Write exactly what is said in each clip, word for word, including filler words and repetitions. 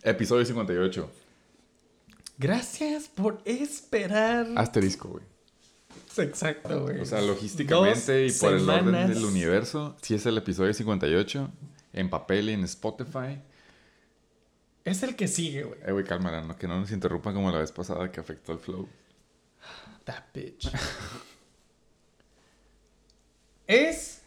Episodio cincuenta y ocho. Gracias por esperar. Asterisco, güey. Exacto, güey. O sea, logísticamente Dos y por el orden semanas. del universo, sí es el episodio cincuenta y ocho. En papel y en Spotify. Es el que sigue, güey. Eh, güey, cálmala, no, que no nos interrumpan como la vez pasada que afectó el flow. That bitch. Es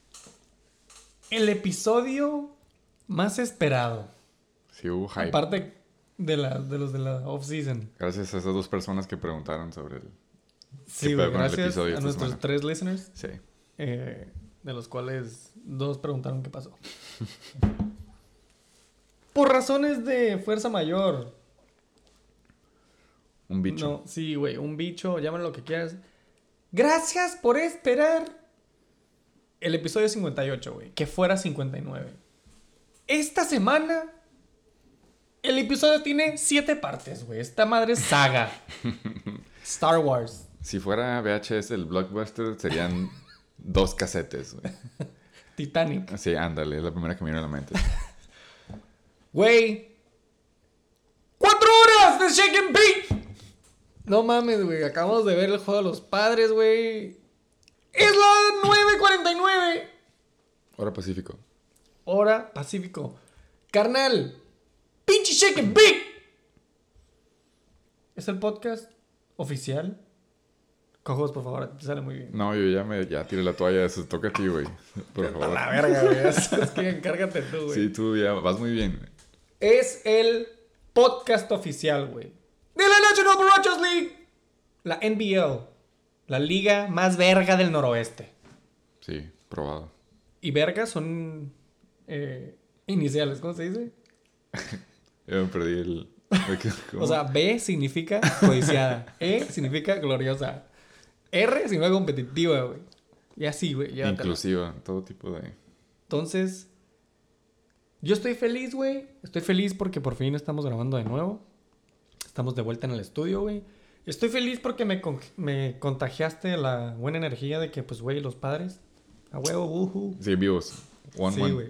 el episodio más esperado. Sí hubo hype. Aparte de, la, de los de la off-season. Gracias a esas dos personas que preguntaron sobre el... Sí, ¿Qué güey. pedo con el Gracias episodio a esta nuestros semana? tres listeners. Sí. Eh, de los cuales dos preguntaron qué pasó. Por razones de fuerza mayor. Un bicho. No, sí, güey, un bicho, llámalo lo que quieras. Gracias por esperar el episodio cincuenta y ocho, güey. Que fuera cincuenta y nueve. Esta semana, el episodio tiene siete partes, güey. Esta madre es saga. Star Wars. Si fuera V H S el blockbuster, serían dos casetes, güey. Titanic. Sí, ándale, es la primera que me vino a la mente. Güey. ¡Cuatro horas de Shake and Bake! No mames, güey. Acabamos de ver el juego de los padres, güey. Es la nueve cuarenta y nueve. Hora Pacífico. Hora Pacífico. Carnal. Pinche Shake and Bake. Es el podcast oficial. Cojos, por favor, te sale muy bien. No, yo ya me ya tiré la toalla, eso toca a ti, güey. Por favor. La verga, güey. Es que encárgate tú, güey. Sí, tú ya vas muy bien. Es el podcast oficial, güey, de la National Broadcast League. La N B L. La liga más verga del noroeste. Sí, probado. Y verga son eh, iniciales, ¿cómo se dice? Yo me perdí el... ¿Cómo? O sea, B significa codiciada. E significa gloriosa. R significa competitiva, güey. Y así, güey. llévatela. Inclusiva, todo tipo de... Entonces, yo estoy feliz, güey. Estoy feliz porque por fin estamos grabando de nuevo. Estamos de vuelta en el estudio, güey. Estoy feliz porque me, con- me contagiaste la buena energía de que, pues, güey, los padres. A huevo, wuhu. Sí, vivos. One, Sí, one. güey.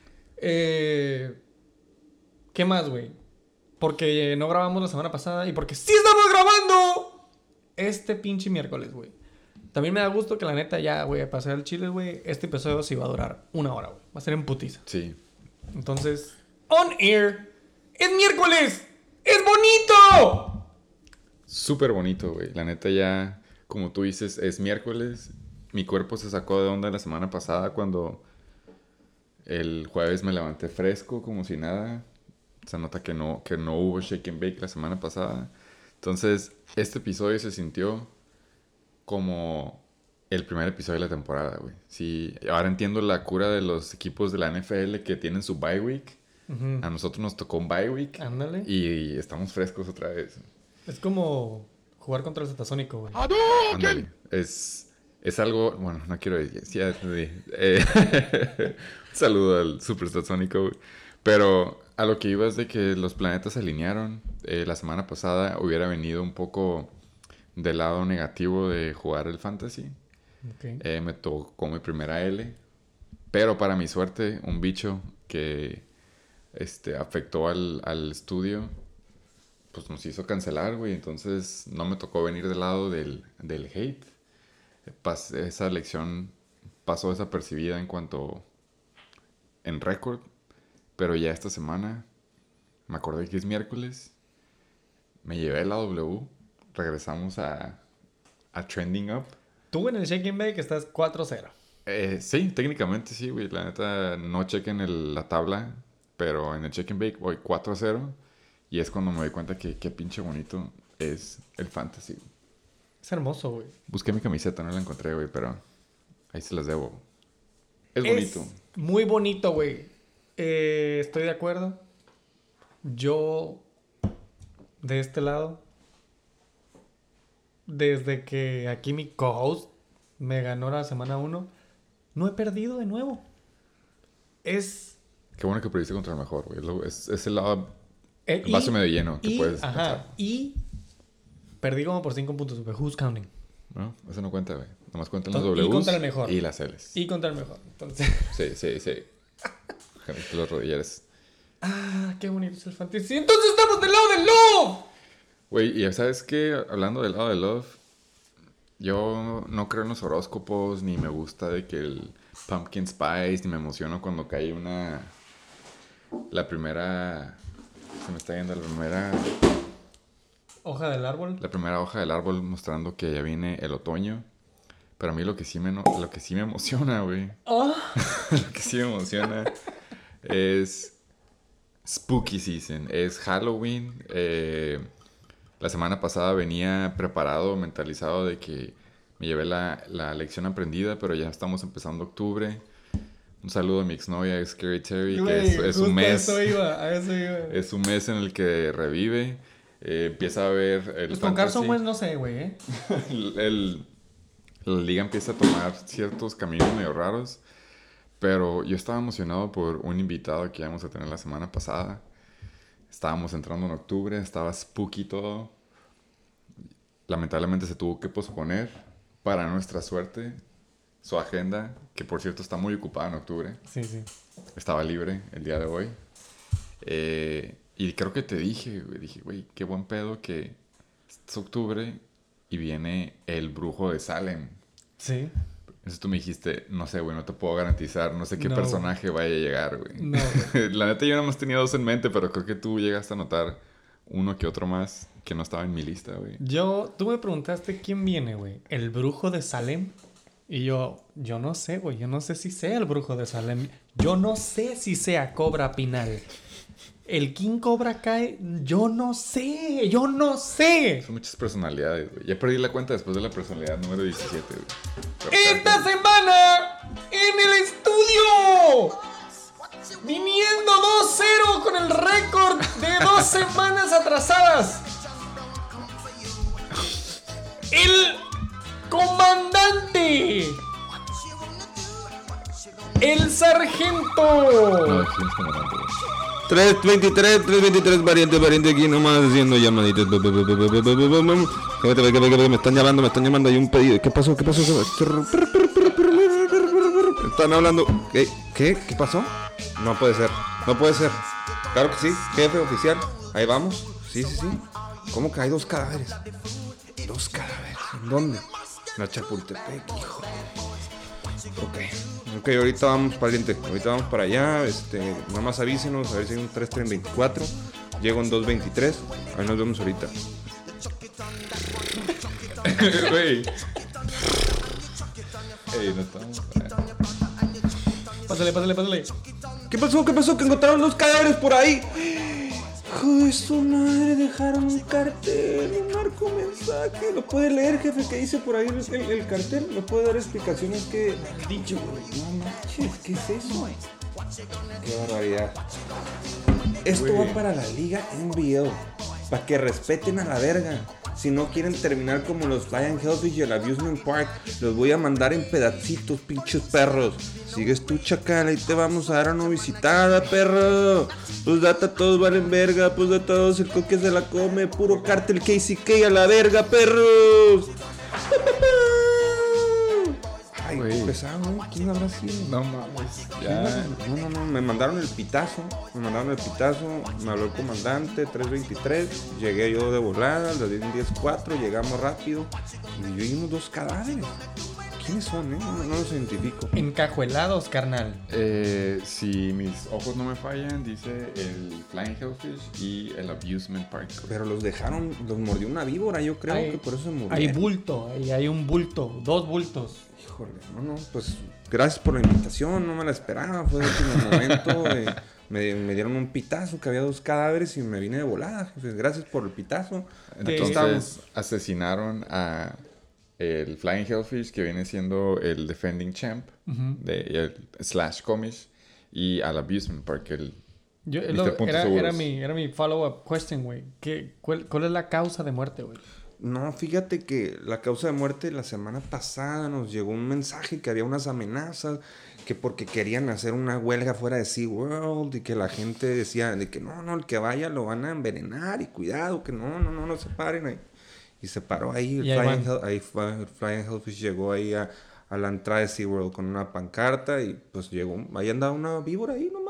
Eh, ¿Qué más, güey? Porque no grabamos la semana pasada y porque sí estamos grabando este pinche miércoles, güey. También me da gusto que la neta ya, güey, a pasar el chile, güey. Este episodio sí va a durar una hora, güey. Va a ser en putiza. Sí. Entonces, on air. ¡Es miércoles! ¡Es bonito! Súper bonito, güey. La neta ya, como tú dices, es miércoles. Mi cuerpo se sacó de onda la semana pasada cuando el jueves me levanté fresco, como si nada. Se nota que no, que no hubo Shake and Bake la semana pasada. Entonces, este episodio se sintió como el primer episodio de la temporada, güey. Sí, ahora entiendo la cura de los equipos de la N F L que tienen su bye week. Ujú. A nosotros nos tocó un bye week. Ándale. Y estamos frescos otra vez. Es como jugar contra el Zetasónico, güey. Ándale. Es, es algo... Bueno, no quiero decir... Sí, ya entendí. Eh, un saludo al Super Statsónico, güey. Pero a lo que iba es de que los planetas se alinearon. Eh, la semana pasada hubiera venido un poco del lado negativo de jugar el Fantasy. Okay. Eh, me tocó mi primera L. Pero para mi suerte, un bicho que este, afectó al, al estudio, pues nos hizo cancelar, güey. Entonces no me tocó venir del lado del, del hate. Pas- esa lección pasó desapercibida en cuanto en récord. Pero ya esta semana me acordé que es miércoles. Me llevé la W. Regresamos a, a Trending Up. Tú en el Shake and Bake estás cuatro cero. Eh, sí, técnicamente sí, güey. La neta, no chequen el, la tabla. Pero en el Check and Bake voy cuatro a cero. Y es cuando me doy cuenta que qué pinche bonito es el fantasy. Es hermoso, güey. Busqué mi camiseta, no la encontré, güey, pero ahí se las debo. Es bonito. Es muy bonito, güey. Eh, estoy de acuerdo. Yo, de este lado, desde que aquí mi co-host me ganó la semana uno, no he perdido de nuevo. Es... Qué bueno que perdiste contra el mejor, güey. Es, lo- es, es el lado, eh, el vaso medio lleno que y, puedes ajá, pensar. y perdí como por cinco puntos, güey. Who's counting? ¿No? Eso no cuenta, güey. Nomás cuentan los Entonces, y Ws contra el mejor. y las Ls. Y contra el mejor. Entonces, Sí, sí, sí. Ojalá que los rodilleres. Ah, qué bonito es el fantasy. Entonces estamos del lado del love. Güey, y ya sabes que, hablando del lado de love, yo no creo en los horóscopos, ni me gusta de que el pumpkin spice, ni me emociono cuando cae una... La primera... Se me está yendo la primera... Hoja del árbol. La primera hoja del árbol mostrando que ya viene el otoño. Pero a mí lo que sí me, no, lo que sí me emociona, güey. Oh. Lo que sí me emociona es Spooky Season. Es Halloween. Eh, la semana pasada venía preparado, mentalizado de que me llevé la, la lección aprendida, pero ya estamos empezando octubre. Un saludo a mi exnovia, Scary Terry, Güey, que es, es un mes. A eso iba, a eso iba. Es un mes en el que revive. Eh, empieza a ver el Pues con Carson Wentz no sé, güey, ¿eh? el, el, la liga empieza a tomar ciertos caminos medio raros. Pero yo estaba emocionado por un invitado que íbamos a tener la semana pasada. Estábamos entrando en octubre, estaba spooky todo. Lamentablemente se tuvo que posponer. Para nuestra suerte, su agenda, que por cierto está muy ocupada en octubre. Sí, sí. Estaba libre el día de hoy. Eh, y creo que te dije, güey, dije, güey, qué buen pedo que es octubre y viene el brujo de Salem. Sí. Entonces tú me dijiste, no sé, güey, no te puedo garantizar, no sé qué No. personaje vaya a llegar, güey. No, güey. La neta yo no hemos tenido dos en mente, pero creo que tú llegaste a notar uno que otro más que no estaba en mi lista, güey. Yo, tú me preguntaste quién viene, güey. ¿El brujo de Salem? Y yo, yo no sé, güey. Yo no sé si sea el brujo de Salem. Yo no sé si sea Cobra Pinal. El King Cobra Kai, yo no sé. Yo no sé. Son muchas personalidades, güey. Ya perdí la cuenta después de la personalidad número diecisiete, güey. Pero Esta semana, en el estudio, viniendo dos cero con el récord de dos semanas atrasadas. El comandante. El sargento. No, sí, es comandante, güey. tres veintitrés, tres veintitrés, variante, variante, aquí nomás haciendo llamaditas. Me están llamando, me están llamando, hay un pedido. ¿Qué pasó? ¿Qué pasó? Están hablando. ¿Qué? ¿Qué? ¿Qué pasó? No puede ser, no puede ser. Claro que sí, jefe oficial. Ahí vamos. Sí, sí, sí. ¿Cómo que hay dos cadáveres? Dos cadáveres. ¿En dónde? En la Chapultepec, hijo. Ok, ok, ahorita vamos, pariente, ahorita vamos para allá, este, nada más avísenos, a ver si hay un tres tren veinticuatro, llego en dos veintitrés, ahí nos vemos ahorita. Güey. Ey, no estamos... Pásale, pásale, pásale. ¿Qué pasó? ¿Qué pasó? Que encontraron los cadáveres por ahí. Hijo de su madre, dejaron un cartel, un narcomensaje. ¿Lo puede leer, jefe? ¿Qué dice por ahí el, el, el cartel? ¿Me puede dar explicaciones? ¿Qué dicho, güey? No manches, ¿qué es eso? Qué barbaridad. Esto Güey. va para la Liga N B L, para que respeten a la verga. Si no quieren terminar como los Flying Hellfish y el Abusement Park, los voy a mandar en pedacitos, pinches perros. Sigues tú, chacal, ahí te vamos a dar una visitada, perro. Pues data, todos valen verga, pues de todos el coque se la come. Puro cártel K C K a la verga, perros. Ay, Güey. qué pesado, ¿eh? ¿Quién habrá sido? No mames. Ya. No, no, no, me mandaron el pitazo, me mandaron el pitazo, me habló el comandante, tres veintitrés, llegué yo de volada, las diez cuatro, llegamos rápido y vimos dos cadáveres. ¿Quiénes son, eh? No, no los identifico. Encajuelados, carnal. Eh, si mis ojos no me fallan, dice el Flying Hellfish y el Abusement Park. Pero los dejaron, los mordió una víbora, yo creo Hay- que por eso se murieron. Hay bulto, hay, hay un bulto, dos bultos. Híjole, no, no, pues gracias por la invitación, no me la esperaba, fue de último momento. eh, me, me dieron un pitazo que había dos cadáveres y me vine de volada, jefe. Gracias por el pitazo. Aquí estamos. Entonces asesinaron a el Flying Hellfish, que viene siendo el Defending Champ Ujú. de el Slash Comish, y al Abusement Park, el Yo, es mister lo- Puntos era, Seguros. era mi, era mi follow-up question, güey. ¿Qué- cuál, ¿Cuál es la causa de muerte, güey? No, fíjate que la causa de muerte la semana pasada nos llegó un mensaje que había unas amenazas, que porque querían hacer una huelga fuera de SeaWorld y que la gente decía de que no, no, el que vaya lo van a envenenar y cuidado, que no, no, no, no se paren ahí. Y se paró ahí, el Y ahí Flying, van. Hell, ahí fue, el Flying Hellfish llegó ahí a, a la entrada de SeaWorld con una pancarta y pues llegó, ahí andaba una víbora ahí nomás.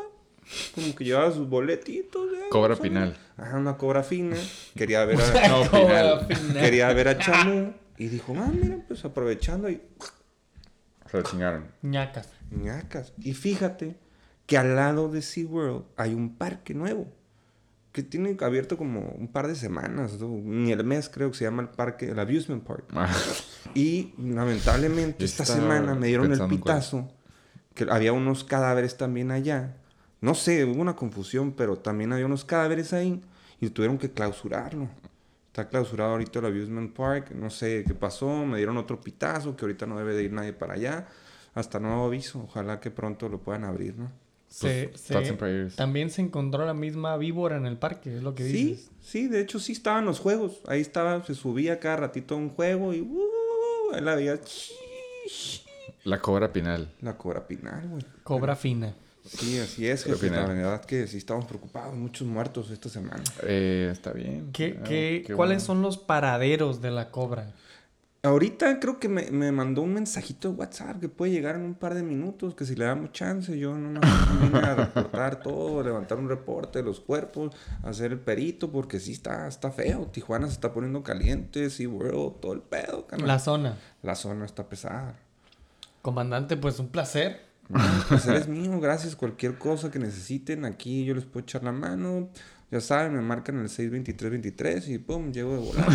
como que llevaba sus boletitos. ¿eh? Cobra No sé. Pinal. Ajá, una cobra fina. Quería ver a, No, Cobra Pinal. Pinal. quería ver a Chamu. Y dijo, ah, mira, pues aprovechando y Se lo chingaron. Ñacas. ñacas. Y fíjate que al lado de SeaWorld hay un parque nuevo. Que tiene abierto como un par de semanas, ¿no? Ni el mes creo que se llama el parque, el Amusement Park. Ah, Y lamentablemente Yo esta estaba semana me dieron el pensando en cuál. pitazo que había unos cadáveres también allá. No sé, hubo una confusión, pero también había unos cadáveres ahí y tuvieron que clausurarlo. Está clausurado ahorita el Amusement Park, no sé qué pasó, me dieron otro pitazo que ahorita no debe de ir nadie para allá. Hasta nuevo aviso, ojalá que pronto lo puedan abrir, ¿no? Se, Pues, se- thoughts and prayers. también se encontró la misma víbora en el parque, es lo que Sí, dices. sí, de hecho sí estaban los juegos. Ahí estaba, se subía cada ratito a un juego y uh, ahí la veía. La Cobra Pinal. La cobra pinal, güey. Cobra fina. Sí, así es, ¿Qué jefe. La opinas? verdad que sí estamos preocupados. Muchos muertos esta semana. Eh, está bien. ¿Qué, Ah, qué, qué ¿Cuáles bueno. son los paraderos de la cobra? Ahorita creo que me, me mandó un mensajito de WhatsApp que puede llegar en un par de minutos, que si le damos chance, yo no me vine a reportar todo, levantar un reporte de los cuerpos, hacer el perito, porque sí está, está feo. Tijuana se está poniendo caliente, SeaWorld, todo el pedo, carnal. La zona. La zona está pesada. Comandante, pues un placer. El placer es mío, gracias. Cualquier cosa que necesiten, aquí yo les puedo echar la mano. Ya saben, me marcan el seis veintitrés veintitrés y pum, llego de volar.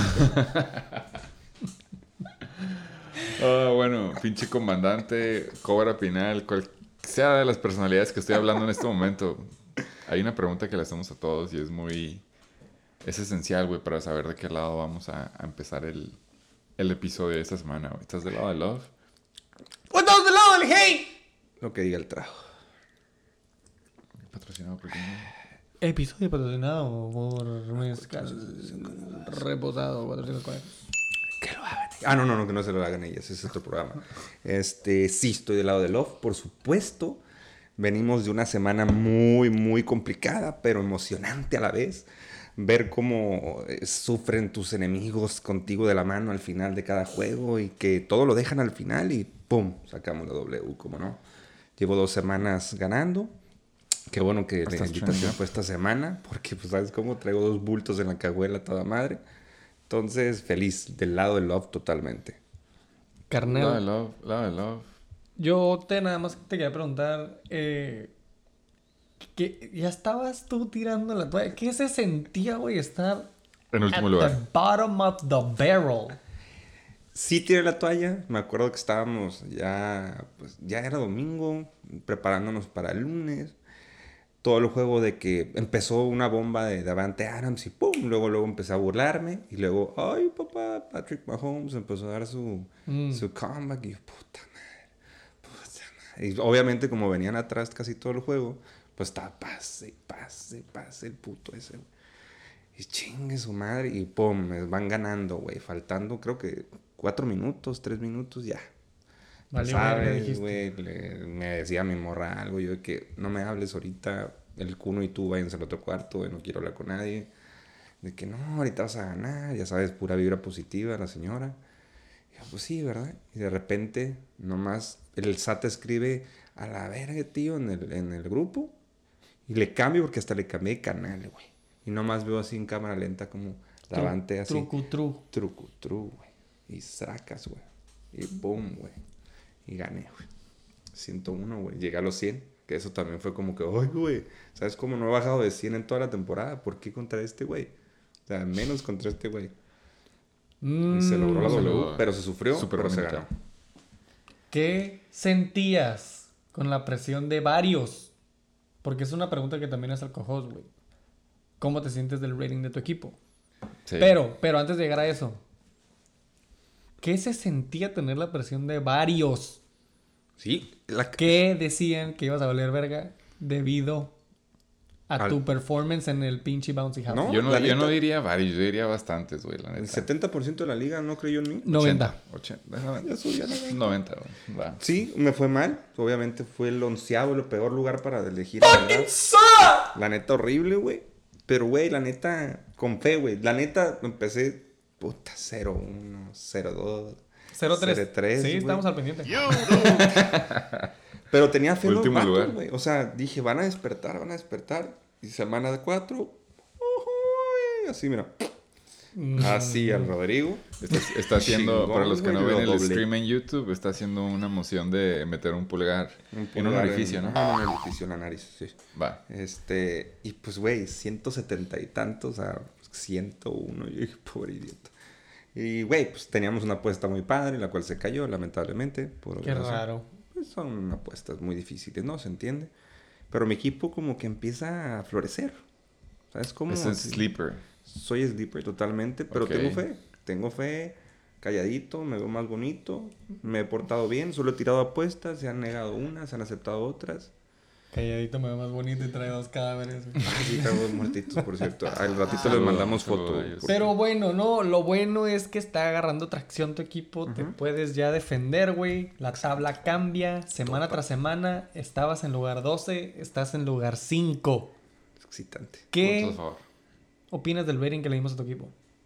Ah, bueno, pinche comandante, Cobra Pinal, cual sea de las personalidades que estoy hablando en este momento. Hay una pregunta que le hacemos a todos y es muy... Es esencial, güey, para saber de qué lado vamos a, a empezar el, el episodio de esta semana, güey. ¿Estás del lado de Love? ¡O estamos del lado del hate! Lo que diga el trago. Patrocinado por quién, güey? Episodio patrocinado por Mezcal Reposado cuatrocientos cuarenta. Que lo hagan. Ah, no, no, no, que no se lo hagan ellas. Ese es otro programa. Este, sí, estoy del lado de Love, por supuesto. Venimos de una semana muy, muy complicada, pero emocionante a la vez. Ver cómo eh, sufren tus enemigos contigo de la mano al final de cada juego y que todo lo dejan al final y ¡pum! Sacamos la W, como no. Llevo dos semanas ganando. Qué bueno que la Estás invitación trending. fue esta semana, porque pues sabes cómo traigo dos bultos en la cajuela toda madre. Entonces, feliz, del lado del Love totalmente. Lado de Carnal, Love, lado de Love. yo te nada más te quería preguntar, eh, que ya estabas tú tirando la toalla. ¿Qué se sentía, güey, estar En último at lugar. the bottom of the barrel? Sí tiré la toalla, me acuerdo que estábamos ya, pues ya era domingo, preparándonos para el lunes. Todo el juego de que empezó una bomba de Davante Adams y pum, luego luego empecé a burlarme y luego, ay papá, Patrick Mahomes empezó a dar su, Mm. su comeback y yo, puta madre, puta madre. Y obviamente como venían atrás casi todo el juego, pues estaba pase, pase, pase el puto ese, güey. Y chingue su madre y pum, me van ganando, güey, faltando creo que cuatro minutos, tres minutos, ya. Valió Ya verga, sabes, dijiste. güey, le- me decía mi morra algo, yo de que no me hables ahorita, el Cuno y tú váyanse al otro cuarto, güey, no quiero hablar con nadie. De que no, ahorita vas a ganar, ya sabes, pura vibra positiva la señora. Y yo, pues sí, ¿verdad? Y de repente, nomás, el S A T escribe a la verga, tío, en el, en el grupo. Y le cambio porque hasta le cambié de canal, güey. Y nomás veo así en cámara lenta como Davante así. Trucu, tru. Truco, tru, güey. Y sacas, güey. Y boom, güey. Y gané, güey. ciento uno, güey. Llegué a los cien. Que eso también fue como que, ay, güey. ¿Sabes cómo no he bajado de cien en toda la temporada? ¿Por qué contra este güey? O sea, menos contra este güey. Y se logró la Mm, W, logró. pero se sufrió, Súper pero se bonita. ganó. ¿Qué sentías con la presión de varios? Porque es una pregunta que también es al co-host, güey. ¿Cómo te sientes del rating de tu equipo? Sí. Pero, pero antes de llegar a eso, ¿qué se sentía tener la presión de varios Sí, la... que decían que ibas a valer verga debido a Al- tu performance en el pinche Bouncy House? No. Yo no, la yo no neta- diría varios, yo diría bastantes, güey, la el neta. setenta por ciento de la liga no creyó en mí. noventa. ochenta, déjame- Ya subí a noventa. noventa, güey. Va. Sí, me fue mal. Obviamente fue el onceavo, el peor lugar para elegir. La, verdad. La neta, horrible, güey. Pero, güey, la neta, con fe, güey. La neta, empecé, puta, cero uno, cero dos, cero tres. cero tres, Sí, güey. estamos al pendiente. Pero tenía fe en los Último vatos, lugar. güey. O sea, dije, van a despertar, van a despertar. Y semana de cuatro. uy, así, mira. Así al Rodrigo. Está, está haciendo, Chingón, para los que no güey, ven lo el doblé. stream en YouTube, está haciendo una moción de meter un pulgar, Un en un pulgar orificio, ¿no? Ah, en un orificio en la nariz, sí. Va. Este, y pues, güey, ciento setenta y tantos a ciento uno. Yo dije, pobre idiota. Y, güey, pues teníamos una apuesta muy padre, la cual se cayó, lamentablemente. Por Qué razón. raro. Pues son apuestas muy difíciles, ¿no? Se entiende. Pero mi equipo como que empieza a florecer. ¿Sabes cómo? Ese es Sí. Sleeper. Soy sleeper totalmente, pero Ok. tengo fe. Tengo fe, calladito, me veo más bonito, me he portado bien, solo he tirado apuestas, se han negado unas, se han aceptado otras. Calladito me ve más bonito y trae dos cadáveres. güey. Sí, traigo dos muertitos, por cierto. Al ratito les Saludo, mandamos saludo foto. a ellos. Pero bueno, no, lo bueno es que está agarrando tracción tu equipo, te Ujú. puedes ya defender, güey. La tabla cambia semana tras semana. Estabas en lugar doce, estás en lugar cinco. Es excitante. ¿Qué Puntos a favor. opinas del rating que le dimos a tu equipo?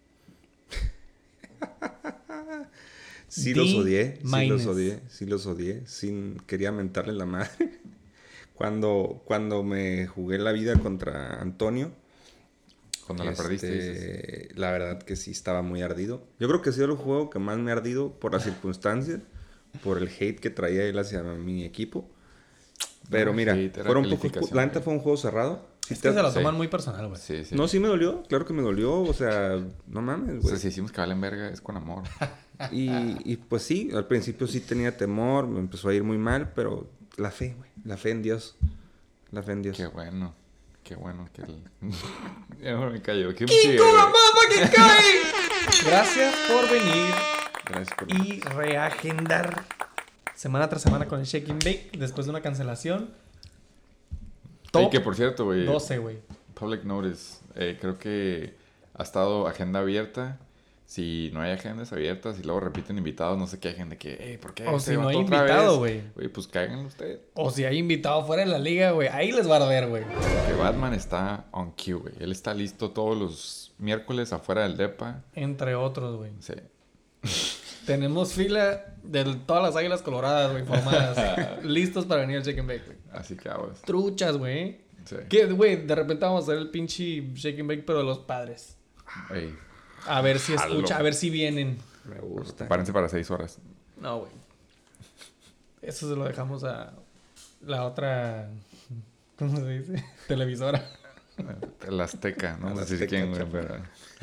Sí D los odié, sí minus. los odié, sí los odié. Sin, quería mentarle la madre. Cuando, cuando me jugué la vida contra Antonio, Cuando la perdiste, dices. este, la verdad que sí estaba muy ardido. Yo creo que ha sido el juego que más me ha ardido por las circunstancias, por el hate que traía él hacia mi equipo. Pero No, mira, hate, era fueron pocos, calificación, la neta güey. fue un juego cerrado. Sí Es que te- se lo sí. toman muy personal, güey. Sí, sí. No, sí me dolió, claro que me dolió, o sea, no mames, O güey. sea, si decimos que valen verga, es con amor. Y, y pues sí, al principio sí tenía temor, me empezó a ir muy mal, pero la fe, güey, la fe en Dios, la fe en Dios. Qué bueno. Qué bueno que el... Ya no me callo. Qué ¡Kinko, chido, la güey. mama que cae! Gracias por venir Gracias por... y reagendar semana tras semana con el Shake and Bake después de una cancelación. Ay, que por cierto, güey. doce, güey. Public notice. Eh, creo que ha estado agenda abierta. Si no hay agendas abiertas y luego repiten invitados, no sé qué agenda que, eh, ¿por qué? O se si no mató hay otra invitado, vez? güey. Güey, pues cáiganlo ustedes. O si hay invitado fuera de la liga, güey. Ahí les va a arder, güey. Que Batman está on cue, güey. Él está listo todos los miércoles afuera del depa. Entre otros, güey. Sí. Tenemos fila de todas las águilas coloradas, güey, formadas. listos para venir al Shake and Bake, güey. Así que aguas. Truchas, güey. Sí. Que, güey, de repente vamos a hacer el pinche Shake and Bake, pero de los padres. Ey, A ver si Jalo. escucha, a ver si vienen. Me gusta. prepárense para seis horas. No, güey. Eso se lo dejamos a la otra. ¿Cómo se dice? Televisora. El Azteca, ¿no? El No sé si Azteca, quién, güey, chapa. pero...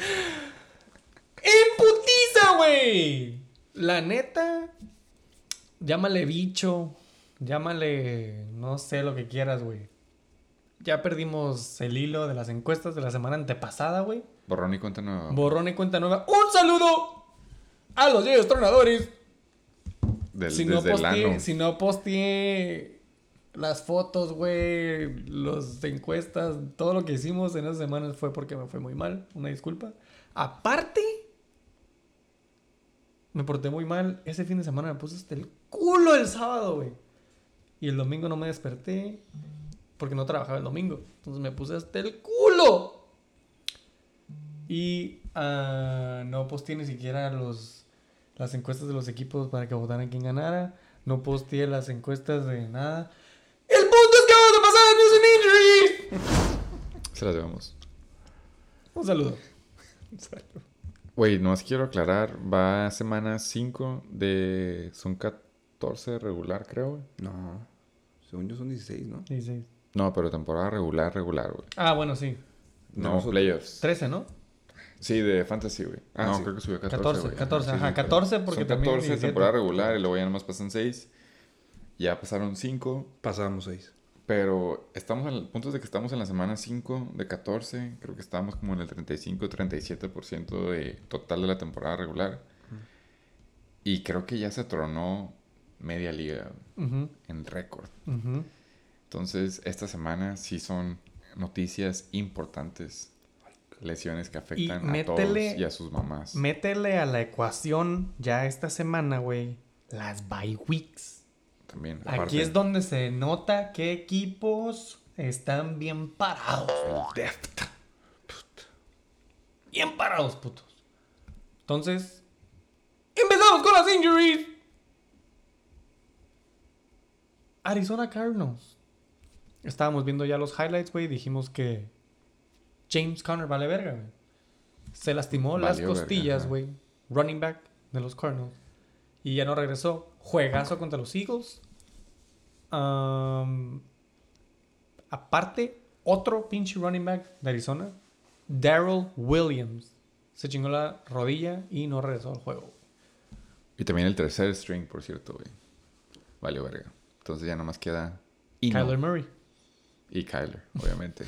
¡En putiza, güey! La neta. Llámale bicho. Llámale. No sé lo que quieras, güey. Ya perdimos el hilo de las encuestas de la semana antepasada, güey. Borrón y cuenta nueva. Borrón y cuenta nueva. ¡Un saludo! A los Yeyos Tronadores. Del, Si no, desde el posteé, ano. si no posteé las fotos, güey, las encuestas, todo lo que hicimos en esas semanas fue porque me fue muy mal. Una disculpa. Aparte, me porté muy mal. Ese fin de semana me puse hasta el culo el sábado, güey. Y el domingo no me desperté porque no trabajaba el domingo. Entonces me puse hasta el culo. Y ah, no posteé ni siquiera los, las encuestas de los equipos para que votaran quién ganara. No posteé las encuestas de nada. ¡El punto es que vamos a pasar a News and Injuries! Se las llevamos. Un saludo. Güey, nomás quiero aclarar. Va semana cinco de... Son catorce regular, creo, güey. No, según yo son dieciséis, ¿no? dieciséis. No, pero temporada regular, regular, güey. Ah, bueno, sí. No, Nosotros- playoffs. trece, ¿no? Sí, de fantasy, güey. Ah, no, sí. creo que subió catorce, catorce, güey. catorce, Sí, ajá, sí, catorce porque Son también catorce diecisiete. temporada regular y luego ya nomás pasan seis. Ya pasaron cinco. Pasábamos seis. Pero estamos al punto de que estamos en la semana cinco de catorce. Creo que estamos como en el treinta y cinco treinta y siete por ciento de total de la temporada regular. Y creo que ya se tronó media liga Ujú, en récord. ujú. Entonces, esta semana sí son noticias importantes. Lesiones que afectan a métele- todos y a sus mamás. Métele a la ecuación ya esta semana, güey, las bye weeks. También. Aquí aparte. es donde se nota qué equipos están bien parados. Deft. Bien parados, putos. Entonces, empezamos con las injuries. Arizona Cardinals. Estábamos viendo ya los highlights, güey. Dijimos que James Conner vale verga, güey. Se lastimó Valió las verga, costillas, ajá. güey. Running back de los Cardinals. Y ya no regresó. Juegazo contra los Eagles. Um, aparte, otro pinche running back de Arizona, Darrell Williams, se chingó la rodilla y no regresó al juego. Y también el tercer string, por cierto, güey. Vale, verga. Entonces ya nomás queda... Eno. Kyler Murray. Y Kyler, obviamente.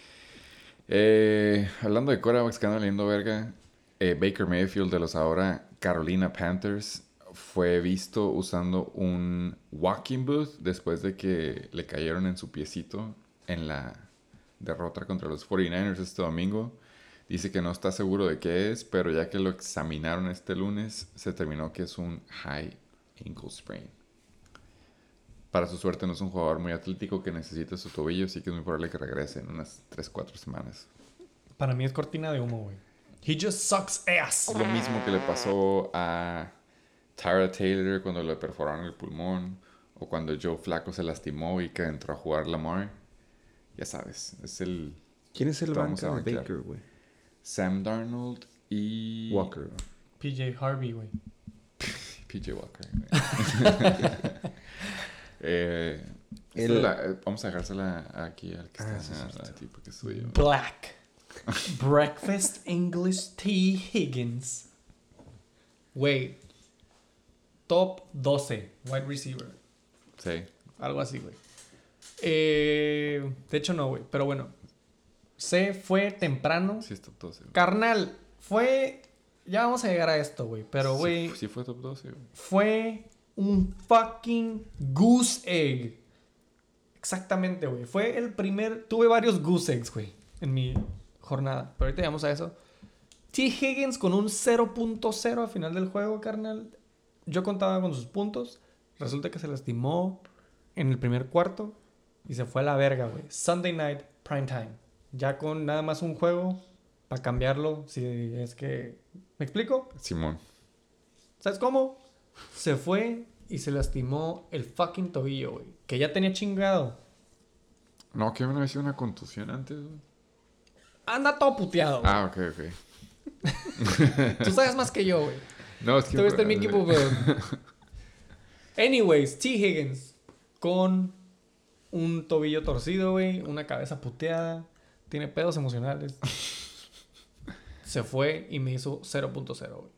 eh, hablando de quarterbacks que andan leyendo verga, eh, Baker Mayfield de los ahora Carolina Panthers fue visto usando un walking booth después de que le cayeron en su piecito en la derrota contra los cuarenta y nueve ers este domingo. Dice que no está seguro de qué es, pero ya que lo examinaron este lunes, se determinó que es un high ankle sprain. Para su suerte no es un jugador muy atlético que necesita su tobillo, así que es muy probable que regrese en unas tres cuatro semanas. Para mí es cortina de humo, güey. He just sucks ass. Lo mismo que le pasó a Tyra Taylor cuando le perforaron el pulmón, o cuando Joe Flacco se lastimó y que entró a jugar Lamar. Ya sabes, es el... ¿Quién es el Vamos banca a de banquear. Baker, güey? Sam Darnold y... Walker. P J Harvey, güey. P J Walker. eh, esta El- es la- eh, vamos a dejársela aquí al que Ah, está sí, sí, a- sí. a ti, porque es suyo. Black. Breakfast English T. Higgins. Güey. Top doce. Wide receiver. Sí. Algo así, güey. Eh, de hecho, no, güey. Pero bueno. Se fue temprano. Sí es top doce. güey. Carnal, fue... Ya vamos a llegar a esto, güey. Pero, Sí- güey, Sí, fue top doce, güey. fue un fucking goose egg. Exactamente, güey. Fue el primer... Tuve varios goose eggs, güey, en mi jornada. Pero ahorita llegamos a eso. T. Higgins con un cero punto cero al final del juego, carnal. Yo contaba con sus puntos. Resulta que se lastimó en el primer cuarto y se fue a la verga, güey. Sunday night, prime time. Ya con nada más un juego para cambiarlo, si es que... ¿Me explico? Simón. ¿Sabes cómo? Se fue y se lastimó el fucking tobillo, güey. Que ya tenía chingado. No, que me había sido una contusión antes, güey. Anda todo puteado, güey. Ah, ok, ok. Tú sabes más que yo, güey. No, es que... Tú viste en mi equipo, pero... Anyways, T. Higgins con un tobillo torcido, güey. Una cabeza puteada. Tiene pedos emocionales. Se fue y me hizo cero punto cero, güey.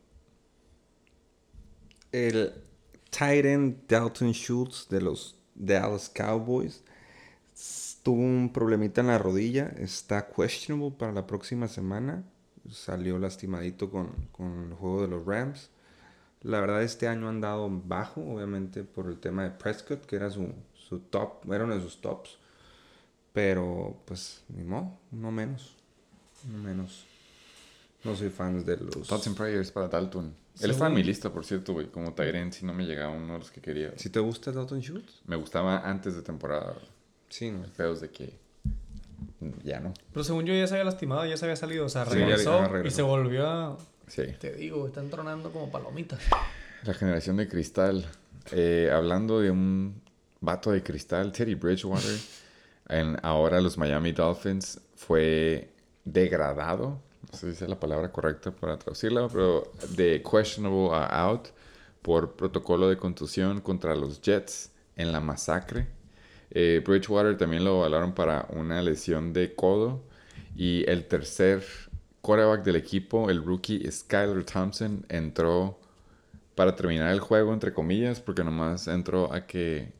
El tight end Dalton Schultz de los Dallas Cowboys s- tuvo un problemita en la rodilla. Está questionable para la próxima semana. Salió lastimadito con, con el juego de los Rams. La verdad, este año han dado bajo, obviamente, por el tema de Prescott, que era su, su top, era uno de sus tops. Pero, pues, ni modo, no menos. No menos. No soy fan de los... Thoughts and prayers para Dalton. Él Según- estaba en mi lista, por cierto, güey. Como Tyrant, si no me llegaba uno de los que quería. ¿Si te gusta Dalton Schultz? Me gustaba antes de temporada. Sí, no. Pedos de que... Ya no. Pero según yo ya se había lastimado, ya se había salido. O sea, Sí, ya- regresó, ya regresó. y se volvió a... Sí. Te digo, están tronando como palomitas. La generación de cristal. Eh, hablando de un vato de cristal, Teddy Bridgewater, en ahora los Miami Dolphins, fue degradado. No sé si es la palabra correcta para traducirla, pero de questionable a out por protocolo de contusión contra los Jets en la masacre. Eh, Bridgewater también lo evaluaron para una lesión de codo. Y el tercer quarterback del equipo, el rookie Skylar Thompson, entró para terminar el juego, entre comillas, porque nomás entró a que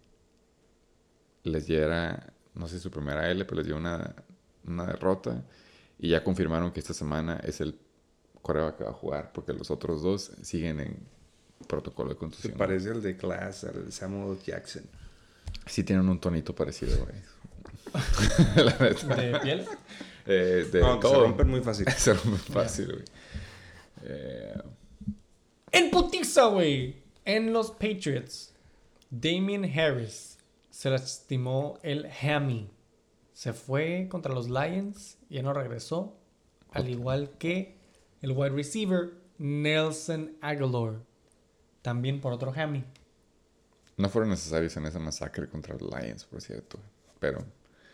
les diera, no sé, su primera L, pero les dio una, una derrota. Y ya confirmaron que esta semana es el quarterback que va a jugar, porque los otros dos siguen en protocolo de Se contusión. parece al de Class, al de Samuel Jackson. Sí tienen un tonito parecido, güey. La neta. ¿De piel? Eh, de No, que se todo. rompen muy fácil. Se rompen fácil, güey. Eh, En putiza, güey. En los Patriots, Damian Harris se lastimó el hammy. Se fue contra los Lions y ya no regresó. Al igual que el wide receiver Nelson Aguilar. También por otro hammy. No fueron necesarios en esa masacre contra los Lions, por cierto. Pero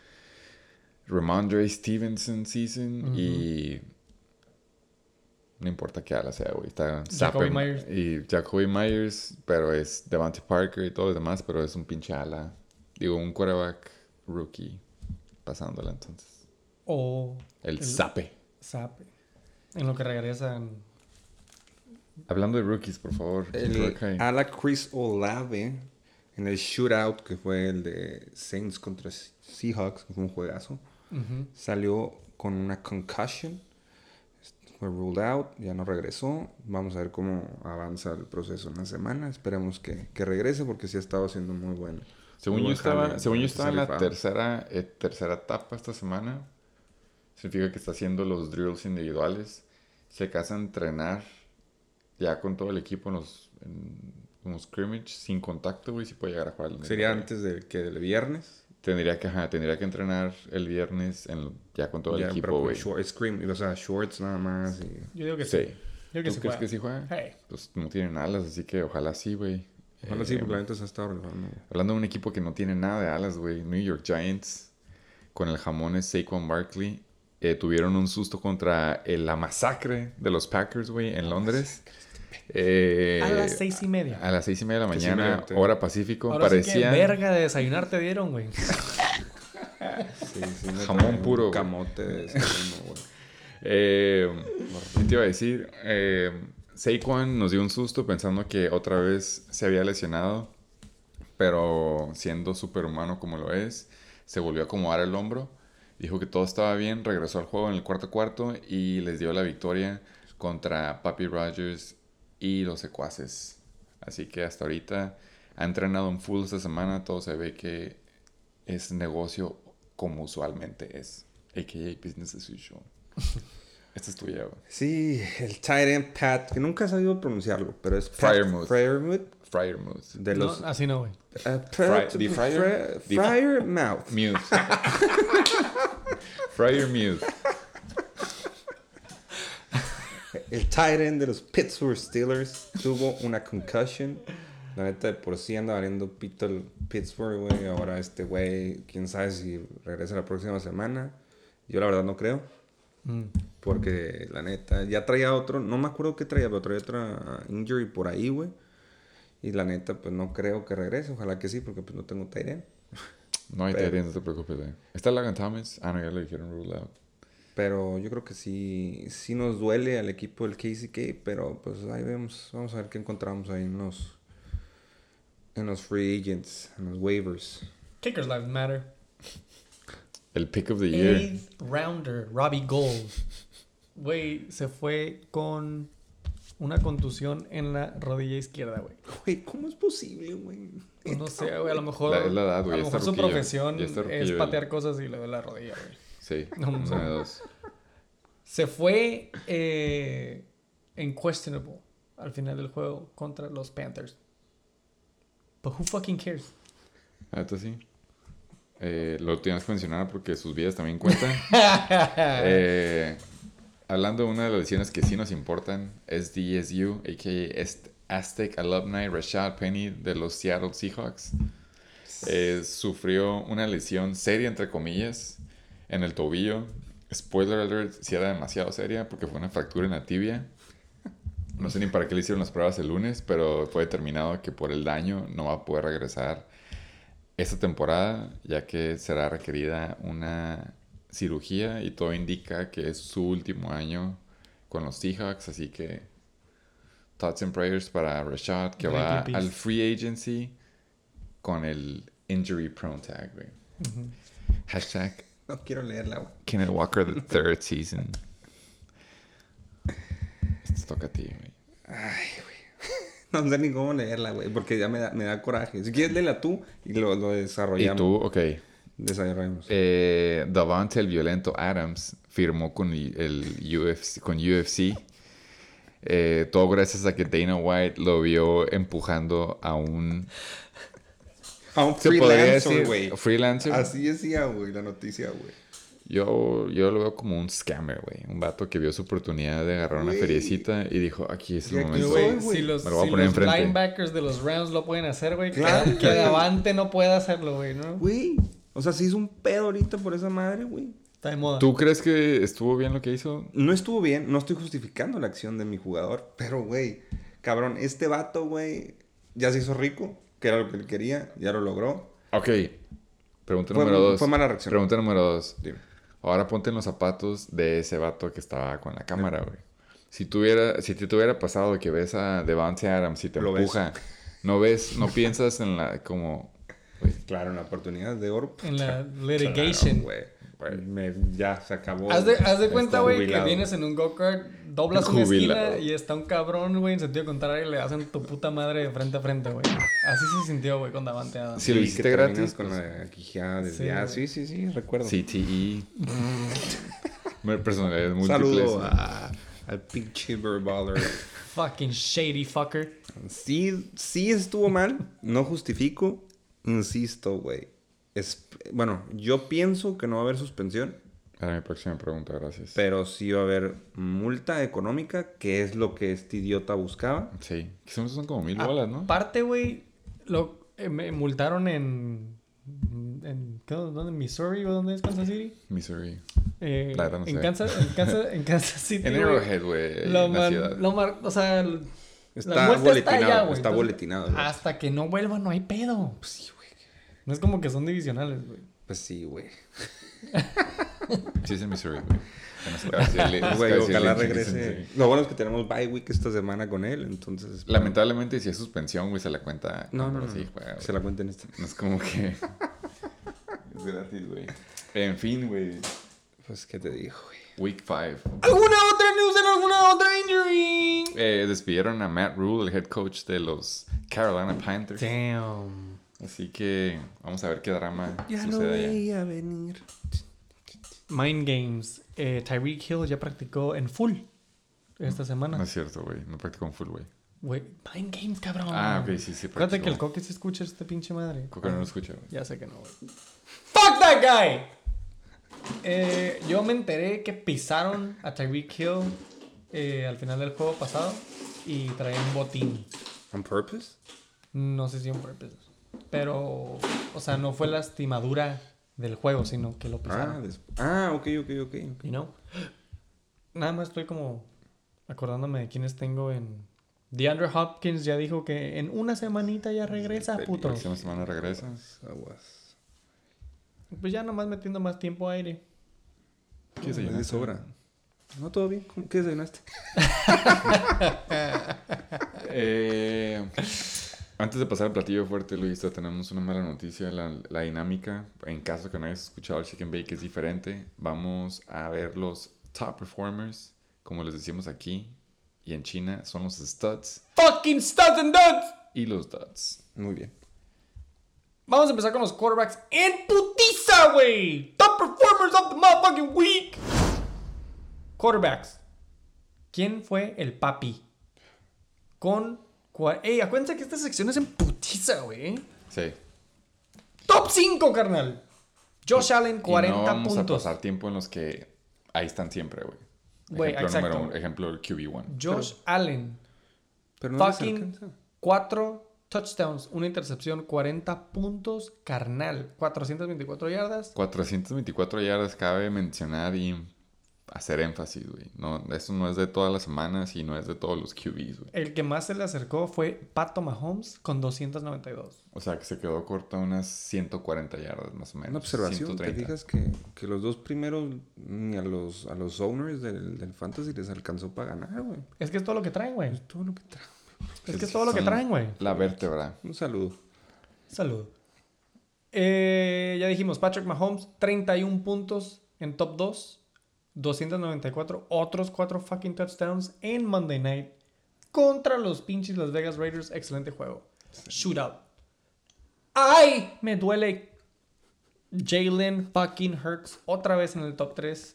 Ramondre Stevenson season uh-huh. y no importa qué ala sea, güey. Está Jacoby Myers. Y Jacoby Myers, pero es Devante Parker y todo lo demás, pero es un pinche ala. Digo, un quarterback rookie pasándola entonces. O... El, el Zape. Zape. En lo que regresan... Hablando de rookies, por favor. El ala Chris Olave en el shootout que fue el de Saints contra Seahawks, que fue un juegazo, uh-huh. salió con una concussion. Fue ruled out, ya no regresó. Vamos a ver cómo avanza el proceso en la semana. Esperemos que, que regrese porque sí ha estado haciendo muy bueno. Según yo estaba, según yo estaba en la tercera, eh, tercera etapa esta semana. Significa que está haciendo los drills individuales. Se casa a entrenar ya con todo el equipo en los, en, en los scrimmage, sin contacto, güey, si puede llegar a jugar. El ¿Sería antes del que del viernes? Tendría que, ajá, tendría que entrenar el viernes en, ya con todo ya, el equipo, güey. Short, scream, o sea, shorts nada más. Y... Yo digo que sí. sí. Yo ¿Tú crees que sí juega? Hey. Pues no tienen alas, así que ojalá sí, güey. Ojalá eh, sí, porque la neta se ha estado relajando. Hablando de un equipo que no tiene nada de alas, güey. New York Giants, con el jamón es Saquon Barkley, eh, tuvieron un susto contra eh, la masacre de los Packers, güey, en Londres. Eh, a las seis y media. A las seis y media de la mañana, hora Pacífico. Ahora parecían... sí que verga de desayunar te dieron, güey. Sí, sí, jamón puro. Un camote de desayuno, güey. Eh, ¿Qué te iba a decir? Eh, Saquon nos dio un susto pensando que otra vez se había lesionado, pero siendo superhumano como lo es, se volvió a acomodar el hombro, dijo que todo estaba bien, regresó al juego en el cuarto cuarto y les dio la victoria contra Papi Rogers y los secuaces. Así que hasta ahorita ha entrenado en full esta semana, todo se ve que es negocio como usualmente es, a k a business as usual. Esta es tuya, güey. Sí, el tight end Pat, que nunca he sabido pronunciarlo, pero es Pat Freiermuth. Freiermuth. Freiermuth. De los... No, así no, güey. Uh, Fry, Fryer? Freiermuth. Mute. Freiermuth. El tight end de los Pittsburgh Steelers tuvo una concussion. La neta, de por sí anda valiendo pito el Pittsburgh, güey. Ahora este güey, quién sabe si regresa la próxima semana. Yo la verdad no creo. Mm. Porque la neta, ya traía otro, no me acuerdo qué traía, pero traía otra injury por ahí, güey. Y la neta, pues no creo que regrese. Ojalá que sí, porque pues no tengo tight end. No hay tight end, no te preocupes, güey. ¿Está Logan Thomas? Ah, no, ya lo dijeron rule out. Pero yo creo que sí, sí nos duele al equipo del K C K, pero pues ahí vemos, vamos a ver qué encontramos ahí en los, en los free agents, en los waivers. Kickers lives matter. El pick of the year. Eighth rounder, Robbie Gould. Güey, se fue con una contusión en la rodilla izquierda, güey. Güey, ¿cómo es posible, güey? No sé, güey, a lo mejor, la, es la edad, güey, a lo mejor su ruquillo, profesión es patear cosas y le duele la rodilla, güey. Sí, no, no. Son dos. Se fue eh, en questionable al final del juego contra los Panthers. But who fucking cares? Ah, esto sí. Eh, lo tienes que mencionar porque sus vidas también cuentan. eh, hablando de una de las lesiones que sí nos importan, es D S U, a k a. Aztec Alumni Rashad Penny de los Seattle Seahawks. Eh, sufrió una lesión seria, entre comillas, en el tobillo. Spoiler alert, sí era demasiado seria porque fue una fractura en la tibia. No sé ni para qué le hicieron las pruebas el lunes, pero fue determinado que por el daño no va a poder regresar esta temporada, ya que será requerida una cirugía y todo indica que es su último año con los Seahawks, así que thoughts and prayers para Rashad, que va al free agency con el injury prone tag, güey. Uh-huh. Hashtag no quiero leerla, güey. Kenneth Walker the third season. Esto toca a ti, güey. Ay, güey. No sé ni cómo leerla, güey, porque ya me da, me da coraje. Si quieres, léela tú y lo, lo desarrollamos. ¿Y tú? Ok. Desarrollamos. Eh, Davante, el violento Adams, firmó con el U F C, con U F C. Eh, todo gracias a que Dana White lo vio empujando a un... A un freelancer, güey. Freelancer. Así decía, güey, la noticia, güey. Yo, yo lo veo como un scammer, güey. Un vato que vio su oportunidad de agarrar una Güey. feriecita y dijo, aquí es el Y aquí momento. soy, Güey, güey. si los, Me lo voy a si poner los enfrente. linebackers de los Rams lo pueden hacer, güey, Claro, que, que güey. Davante no puede hacerlo, güey, ¿no? Güey. O sea, se hizo un pedo ahorita por esa madre, güey. Está de moda. ¿Tú crees que estuvo bien lo que hizo? No estuvo bien, no estoy justificando la acción de mi jugador, pero, güey, cabrón, este vato, güey, ya se hizo rico, que era lo que él quería, ya lo logró. Ok. Pregunta Fue- número dos. fue mala reacción. Pregunta número dos. Dime. Ahora ponte en los zapatos de ese vato que estaba con la cámara, güey. Si tuviera, si te tuviera pasado que ves a Devante Adams y te Lo ves. empuja, no ves, no piensas en la, como, güey, Claro, una oportunidad de oro. En la Claro, litigation. güey. Me- ya se acabó. Haz de, haz de cuenta, Está güey, que jubilado. vienes en un go-kart, doblas una Jubilado. esquina y está un cabrón, güey, en sentido contrario y le hacen tu puta madre de frente a frente, güey. Así se sintió, güey, con Davante Adams. Si lo Y hiciste que terminas gratis, con pues, la quijada Sí, desviada. güey. Sí, sí, sí, recuerdo. C T E. Personalidades Un múltiples. saludo güey. a- al pinche Verballer. Fucking shady fucker. Sí, sí estuvo mal. No justifico. Insisto, güey. Es, bueno, yo pienso que no va a haber suspensión. Era mi próxima pregunta, gracias. Pero sí va a haber multa económica, que es lo que este idiota buscaba. Sí. Que son, son como mil bolas, ¿no? Aparte, güey, lo eh, me multaron en... en ¿qué? ¿Dónde? ¿Missouri o dónde es Kansas City? Missouri. Eh, La verdad no en, sé. Kansas, en, Kansas, en Kansas City, En güey. Arrowhead, güey. Lo, en la man- ciudad. lo mar- o sea, el- Está la multa boletinado, allá, güey. está Entonces, boletinado, güey. Hasta que no vuelva no hay pedo. Pues sí, güey. No es como que son divisionales, güey. Pues sí, güey. Sí, es en Missouri, güey. Bueno, es casi el- es Güey, casi el ojalá link, regrese. sí. Lo bueno es que tenemos bye week esta semana con él, entonces... Lamentablemente, si es suspensión, güey, se la cuenta. No, no, no. Sí, no. juega, güey. Se la cuenten esta. No es como que. Es gratis, güey. En fin, güey. Pues, ¿qué te digo, güey? Week five. ¿Alguna otra news en alguna otra injury? Eh, despidieron a Matt Rule, el head coach de los Carolina Panthers. Damn. Así que vamos a ver qué drama Ya no sucede allá. veía venir. Mind Games. Eh, Tyreek Hill ya practicó en full esta No semana. es cierto, güey. No practicó en full, güey. Güey, Mind Games, cabrón. Ah, ok, sí, sí. Acuérdate que el practicó. Coque sí escucha este pinche madre. Coca no lo escucha, güey. Ya sé que no, güey. ¡Fuck that guy! Eh, yo me enteré que pisaron a Tyreek Hill eh, al final del juego pasado y traía un botín. ¿On purpose? No sé si un purpose. Pero, o sea, no fue lastimadura del juego, sino que lo Ah, pisaron. des- ah, ok, ok, ok. ok. You know? Nada más estoy como acordándome de quiénes tengo en... DeAndre Hopkins ya dijo que en una semanita ya regresa, puto. Próxima semana regresa. Aguas. Pues ya nomás metiendo más tiempo aire. ¿Qué ¿Qué desayunaste? de sobra? No, todo bien. ¿Cómo- ¿Qué desayunaste? Eh, antes de pasar al platillo fuerte, Luis, te tenemos una mala noticia. La, la dinámica, en caso que no hayas escuchado el Chicken Bake, es diferente. Vamos a ver los top performers, como les decimos aquí y en China, son los studs ¡Fucking studs and duds! y los duds. Muy bien. Vamos a empezar con los quarterbacks en putiza, güey. Top performers of the motherfucking week. Quarterbacks. ¿Quién fue el papi? Con... cua- Ey, acuérdense que esta sección es en putiza, güey. Sí. Top cinco, carnal. Josh Allen, cuarenta y no vamos puntos. a pasar tiempo en los que ahí están siempre, güey. Güey, Ejemplo exacto. número uno, ejemplo el Q B uno. Josh Allen, Pero no les fucking alcanza. cuatro touchdowns, una intercepción, cuarenta puntos, carnal. cuatrocientas veinticuatro yardas. cuatrocientas veinticuatro yardas, cabe mencionar y hacer énfasis, güey. No, eso no es de todas las semanas y no es de todos los Q Bs, güey. El que más se le acercó fue Pato Mahomes con doscientos noventa y dos. O sea, que se quedó corta unas ciento cuarenta yardas más o menos. Una observación, ciento te treinta. fijas que, que los dos primeros ni a los, a los owners del, del fantasy les alcanzó para ganar, güey. Es que es todo lo que traen, güey. Es todo lo que trae. Es que es todo lo que Son traen, güey. La vértebra. Un saludo. Salud. Eh, ya dijimos, Patrick Mahomes, treinta y uno puntos en top dos. doscientos noventa y cuatro. Otros cuatro fucking touchdowns en Monday Night. Contra los pinches Las Vegas Raiders. Excelente juego. Shootout. ¡Ay! Me duele. Jalen fucking Hurts. Otra vez en el top tres.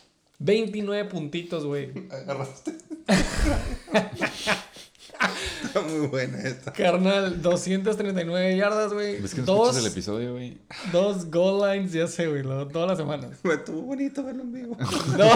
veintinueve puntitos, güey. Está muy buena esta. Carnal, doscientas treinta y nueve yardas, güey. ¿Ves que no Dos, escuchas el episodio, güey? dos goal lines, ya sé, güey. lo- Todas las semanas. Me estuvo bonito verlo en vivo.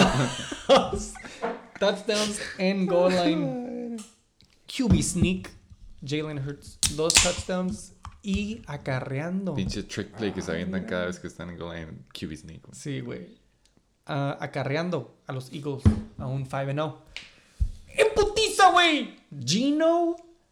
Dos touchdowns en goal line. Q B sneak. Jalen Hurts. Dos touchdowns y acarreando. Pinche trick play que se avientan cada vez que están en goal line. Q B sneak, güey. Sí, güey. Ah, acarreando a los Eagles a un cinco and oh. ¡En putiza, güey! Gino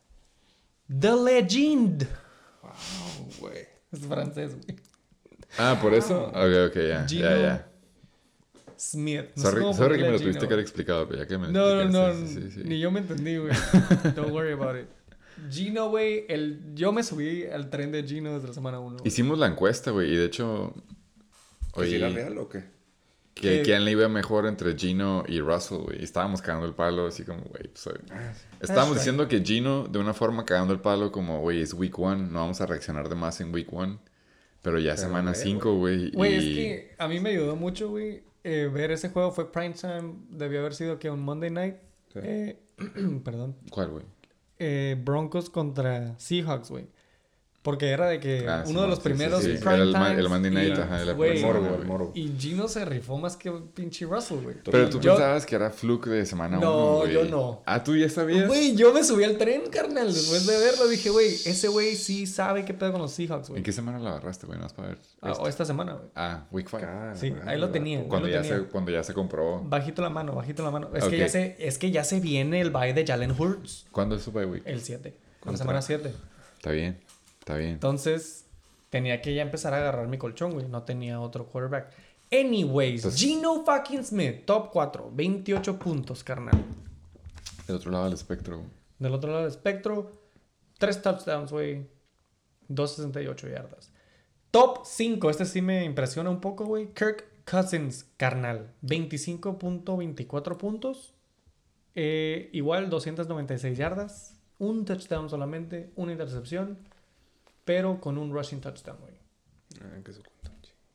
the Legend. Wow, güey. Es francés, güey. Ah, ¿por eso? Ok, ok, ya. Gino Ya, ya. Smith. No sé Sorry, cómo sorry que ponerle me lo a tuviste Gino. que haber explicado, pero ya que me lo No, no, no. explicaste, sí, sí, sí. Ni yo me entendí, güey. Don't worry about it. Gino, güey. El... Yo me subí al tren de Gino desde la semana uno. Hicimos la encuesta, güey, y de hecho... ¿Que si era Oye, real o qué? que ¿Qué? quién le iba mejor entre Gino y Russell, güey. Y estábamos cagando el palo, así como, güey, pues... oye. Estábamos right. diciendo que Gino, de una forma cagando el palo, como, güey, es week one, no vamos a reaccionar de más en week one. Pero ya Pero semana ve, cinco, güey. Güey, y... es que a mí me ayudó mucho, güey. Eh, ver ese juego fue prime time. Debió haber sido que un Monday night. Sí. Eh, perdón. ¿Cuál, güey? Eh, Broncos contra Seahawks, güey. Porque era de que Ah, sí, uno de los sí, sí, primeros sí. prime Era el, ma- times el Monday Night, y, ajá, de la güey, primera Morbo, semana, el güey. morbo. Y Gino se rifó más que pinche Russell, güey. Pero tú Yo- pensabas que era fluke de semana No, uno, güey. yo no. Ah, ¿tú ya sabías? Güey, yo me subí al tren, carnal. Después de verlo dije, güey, ese güey sí sabe qué pedo con los Seahawks, güey. ¿En qué semana lo agarraste, güey? No vas para ver. Ah, o esta semana, güey. Ah, week five. Ah, Sí, ah, ahí lo ah, tenía. tú. Cuando ahí lo ya, tenía. se, cuando ya se comprobó. Bajito la mano, bajito la mano. Es, Ok. que ya se, es que ya se viene el bye de Jalen Hurts. ¿Cuándo es su bye week? El siete. La Contra- semana siete. Está bien, está bien. Entonces, tenía que ya empezar a agarrar mi colchón, güey. No tenía otro quarterback. Anyways, Entonces- Gino fucking Smith, top cuatro. veintiocho puntos, carnal. Del otro lado del espectro. Del otro lado del espectro, tres touchdowns, güey. doscientos sesenta y ocho yardas. Top cinco. Este sí me impresiona un poco, güey. Kirk Cousins, carnal. veinticinco punto veinticuatro puntos. Eh, igual, doscientas noventa y seis yardas. Un touchdown solamente. Una intercepción. Pero con un rushing touchdown, güey. Ah, que se cuenta.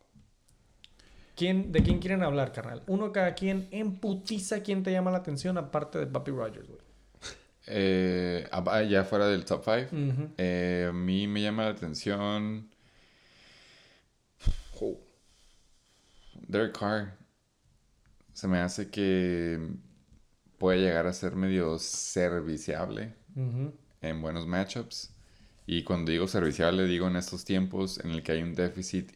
¿Quién, ¿De quién quieren hablar, carnal? Uno cada quien. En putiza, ¿quién te llama la atención? Aparte de Papi Rogers, güey. Eh, ah, ya fuera del top five. Ujú. Eh, a mí me llama la atención. Oh, Derek Carr. Se me hace que puede llegar a ser medio serviciable Ujú. en buenos matchups. Y cuando digo serviciable, digo en estos tiempos en el que hay un déficit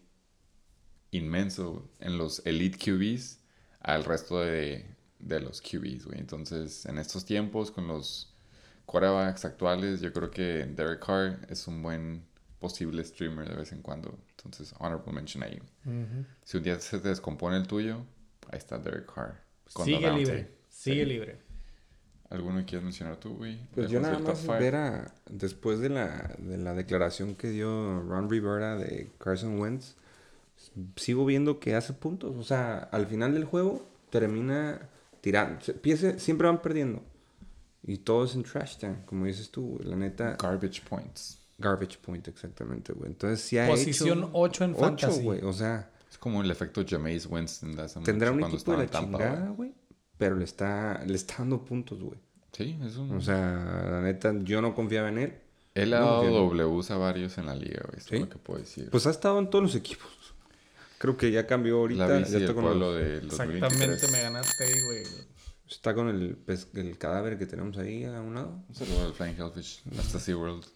inmenso en los elite Q Bs al resto de, de los Q Bs, güey. Entonces, en estos tiempos, con los quarterbacks actuales, yo creo que Derek Carr es un buen posible streamer de vez en cuando. Entonces, honorable mention ahí. Ujú. Si un día se te descompone el tuyo, ahí está Derek Carr. con Sigue Davante. libre. Sigue Sí. libre. ¿Alguno quieres mencionar tú, güey? Pues yo Lejos nada del top más five. ver a... Después de la, de la declaración que dio Ron Rivera de Carson Wentz, sigo viendo que hace puntos. O sea, al final del juego termina tirando. Se- piense- Siempre van perdiendo. Y todo es en trash time, como dices tú, güey. La neta, Garbage points. garbage point, exactamente, güey. Entonces sí ha Posición hecho... ocho en ocho, fantasy. güey. O sea, Es como el efecto Jameis Winston de hace tendrá mucho un cuando equipo de la estaba en Tampa, chingada, güey. güey. Pero le está, le está dando puntos, güey. Sí, es un... O sea, la neta, yo no confiaba en él. Él ha no, dado que- Ws a varios en la liga, güey. Eso ¿Sí? es lo que puedo decir. Pues ha estado en todos los equipos. Creo que ya cambió ahorita. la ya bici está del con pueblo los- del dos mil veintitrés. Exactamente, me ganaste ahí, güey. Está con el, pes- el cadáver que tenemos ahí a un lado. Un saludo al Flying Hellfish. Hasta SeaWorld.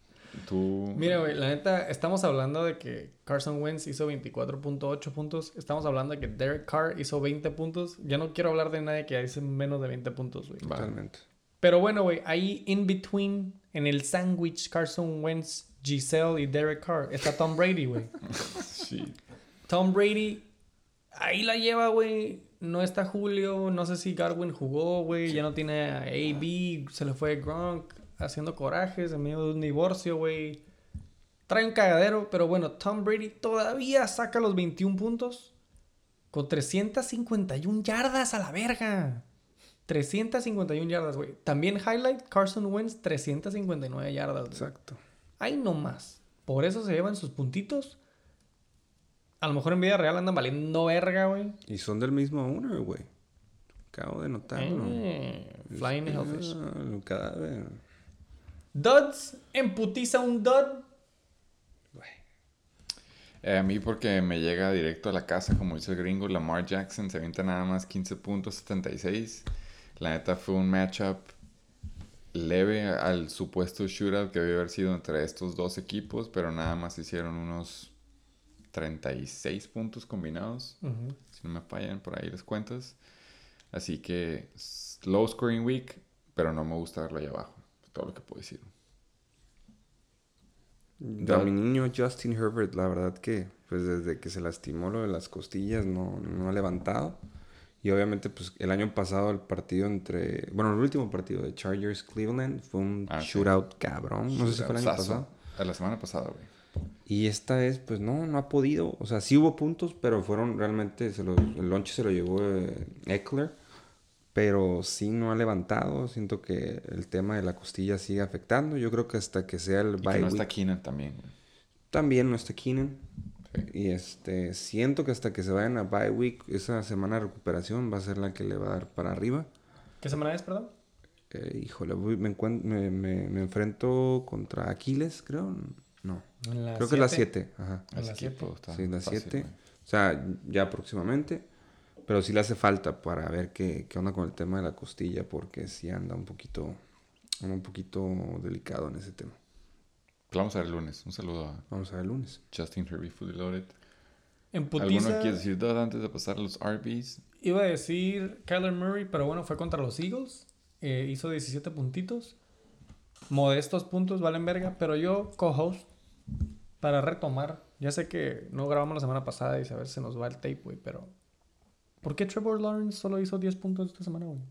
Tú... Mira, güey, la neta, estamos hablando de que Carson Wentz hizo veinticuatro punto ocho puntos. Estamos hablando de que Derek Carr hizo veinte puntos. Ya no quiero hablar de nadie que hizo menos de veinte puntos, güey. Va. Totalmente. Pero bueno, güey, ahí in between, en el sándwich, Carson Wentz, Giselle y Derek Carr, está Tom Brady, güey. Sí. Tom Brady, ahí la lleva, güey. No está Julio, no sé si Garwin jugó, güey. Ya no tiene a A B, se le fue Gronk haciendo corajes en medio de un divorcio, güey. Trae un cagadero, pero bueno, Tom Brady todavía saca los veintiún puntos con trescientas cincuenta y una yardas a la verga. trescientas cincuenta y una yardas, güey. También highlight, Carson Wentz, trescientas cincuenta y nueve yardas. Güey. Exacto. Ahí no más. Por eso se llevan sus puntitos. A lo mejor en vida real andan valiendo verga, güey. Y son del mismo owner, güey. Acabo de notarlo. Eh, Flying Hellfish. Ah, el cadáver. Duds, emputiza un dud. Eh, a mí porque me llega directo a la casa, como dice el gringo, Lamar Jackson se avienta nada más quince puntos setenta y seis. La neta fue un matchup leve al supuesto shootout que debió haber sido entre estos dos equipos, pero nada más hicieron unos treinta y seis puntos combinados, Uh-huh. si no me fallan por ahí las cuentas. Así que low scoring week, pero no me gusta verlo ahí abajo, todo lo que puedo decir. A mi niño Justin Herbert, la verdad que pues desde que se lastimó lo de las costillas no, no ha levantado. Y obviamente pues el año pasado el partido entre... Bueno, el último partido de Chargers Cleveland fue un Ah, sí. shootout cabrón. No sé si fue el año Shootoutazo. pasado. A la semana pasada, güey. Y esta vez pues no, no ha podido. O sea, sí hubo puntos, pero fueron realmente... Se lo, el lonche se lo llevó eh, Eckler. Pero sí no ha levantado. Siento que el tema de la costilla sigue afectando. Yo creo que hasta que sea el Y que bye no week... está Keenan también, güey. También no está Keenan. Sí. Y este, siento que hasta que se vayan a bye week, esa semana de recuperación va a ser la que le va a dar para arriba. ¿Qué semana es, perdón? Eh, híjole, voy- me, encuent- me, me, me enfrento contra Aquiles, creo. No, En la creo que es la siete. siete. Ajá. A Ese las equipo siete. está Sí, la fácil, siete. güey. O sea, ya próximamente. Pero sí le hace falta para ver qué, qué onda con el tema de la costilla, porque sí anda un poquito, anda un poquito delicado en ese tema. Pues vamos a ver el lunes. Un saludo a Vamos a ver el lunes. Justin Herbie Fully Loaded. Emputiza. ¿Alguno quiere decir todo antes de pasar a los R Bs? Iba a decir Kyler Murray, pero bueno, fue contra los Eagles. Eh, hizo diecisiete puntitos. Modestos puntos, valen verga. Pero yo, co-host, para retomar. Ya sé que no grabamos la semana pasada y a ver se nos va el tape, güey, pero... ¿Por qué Trevor Lawrence solo hizo diez puntos esta semana, güey?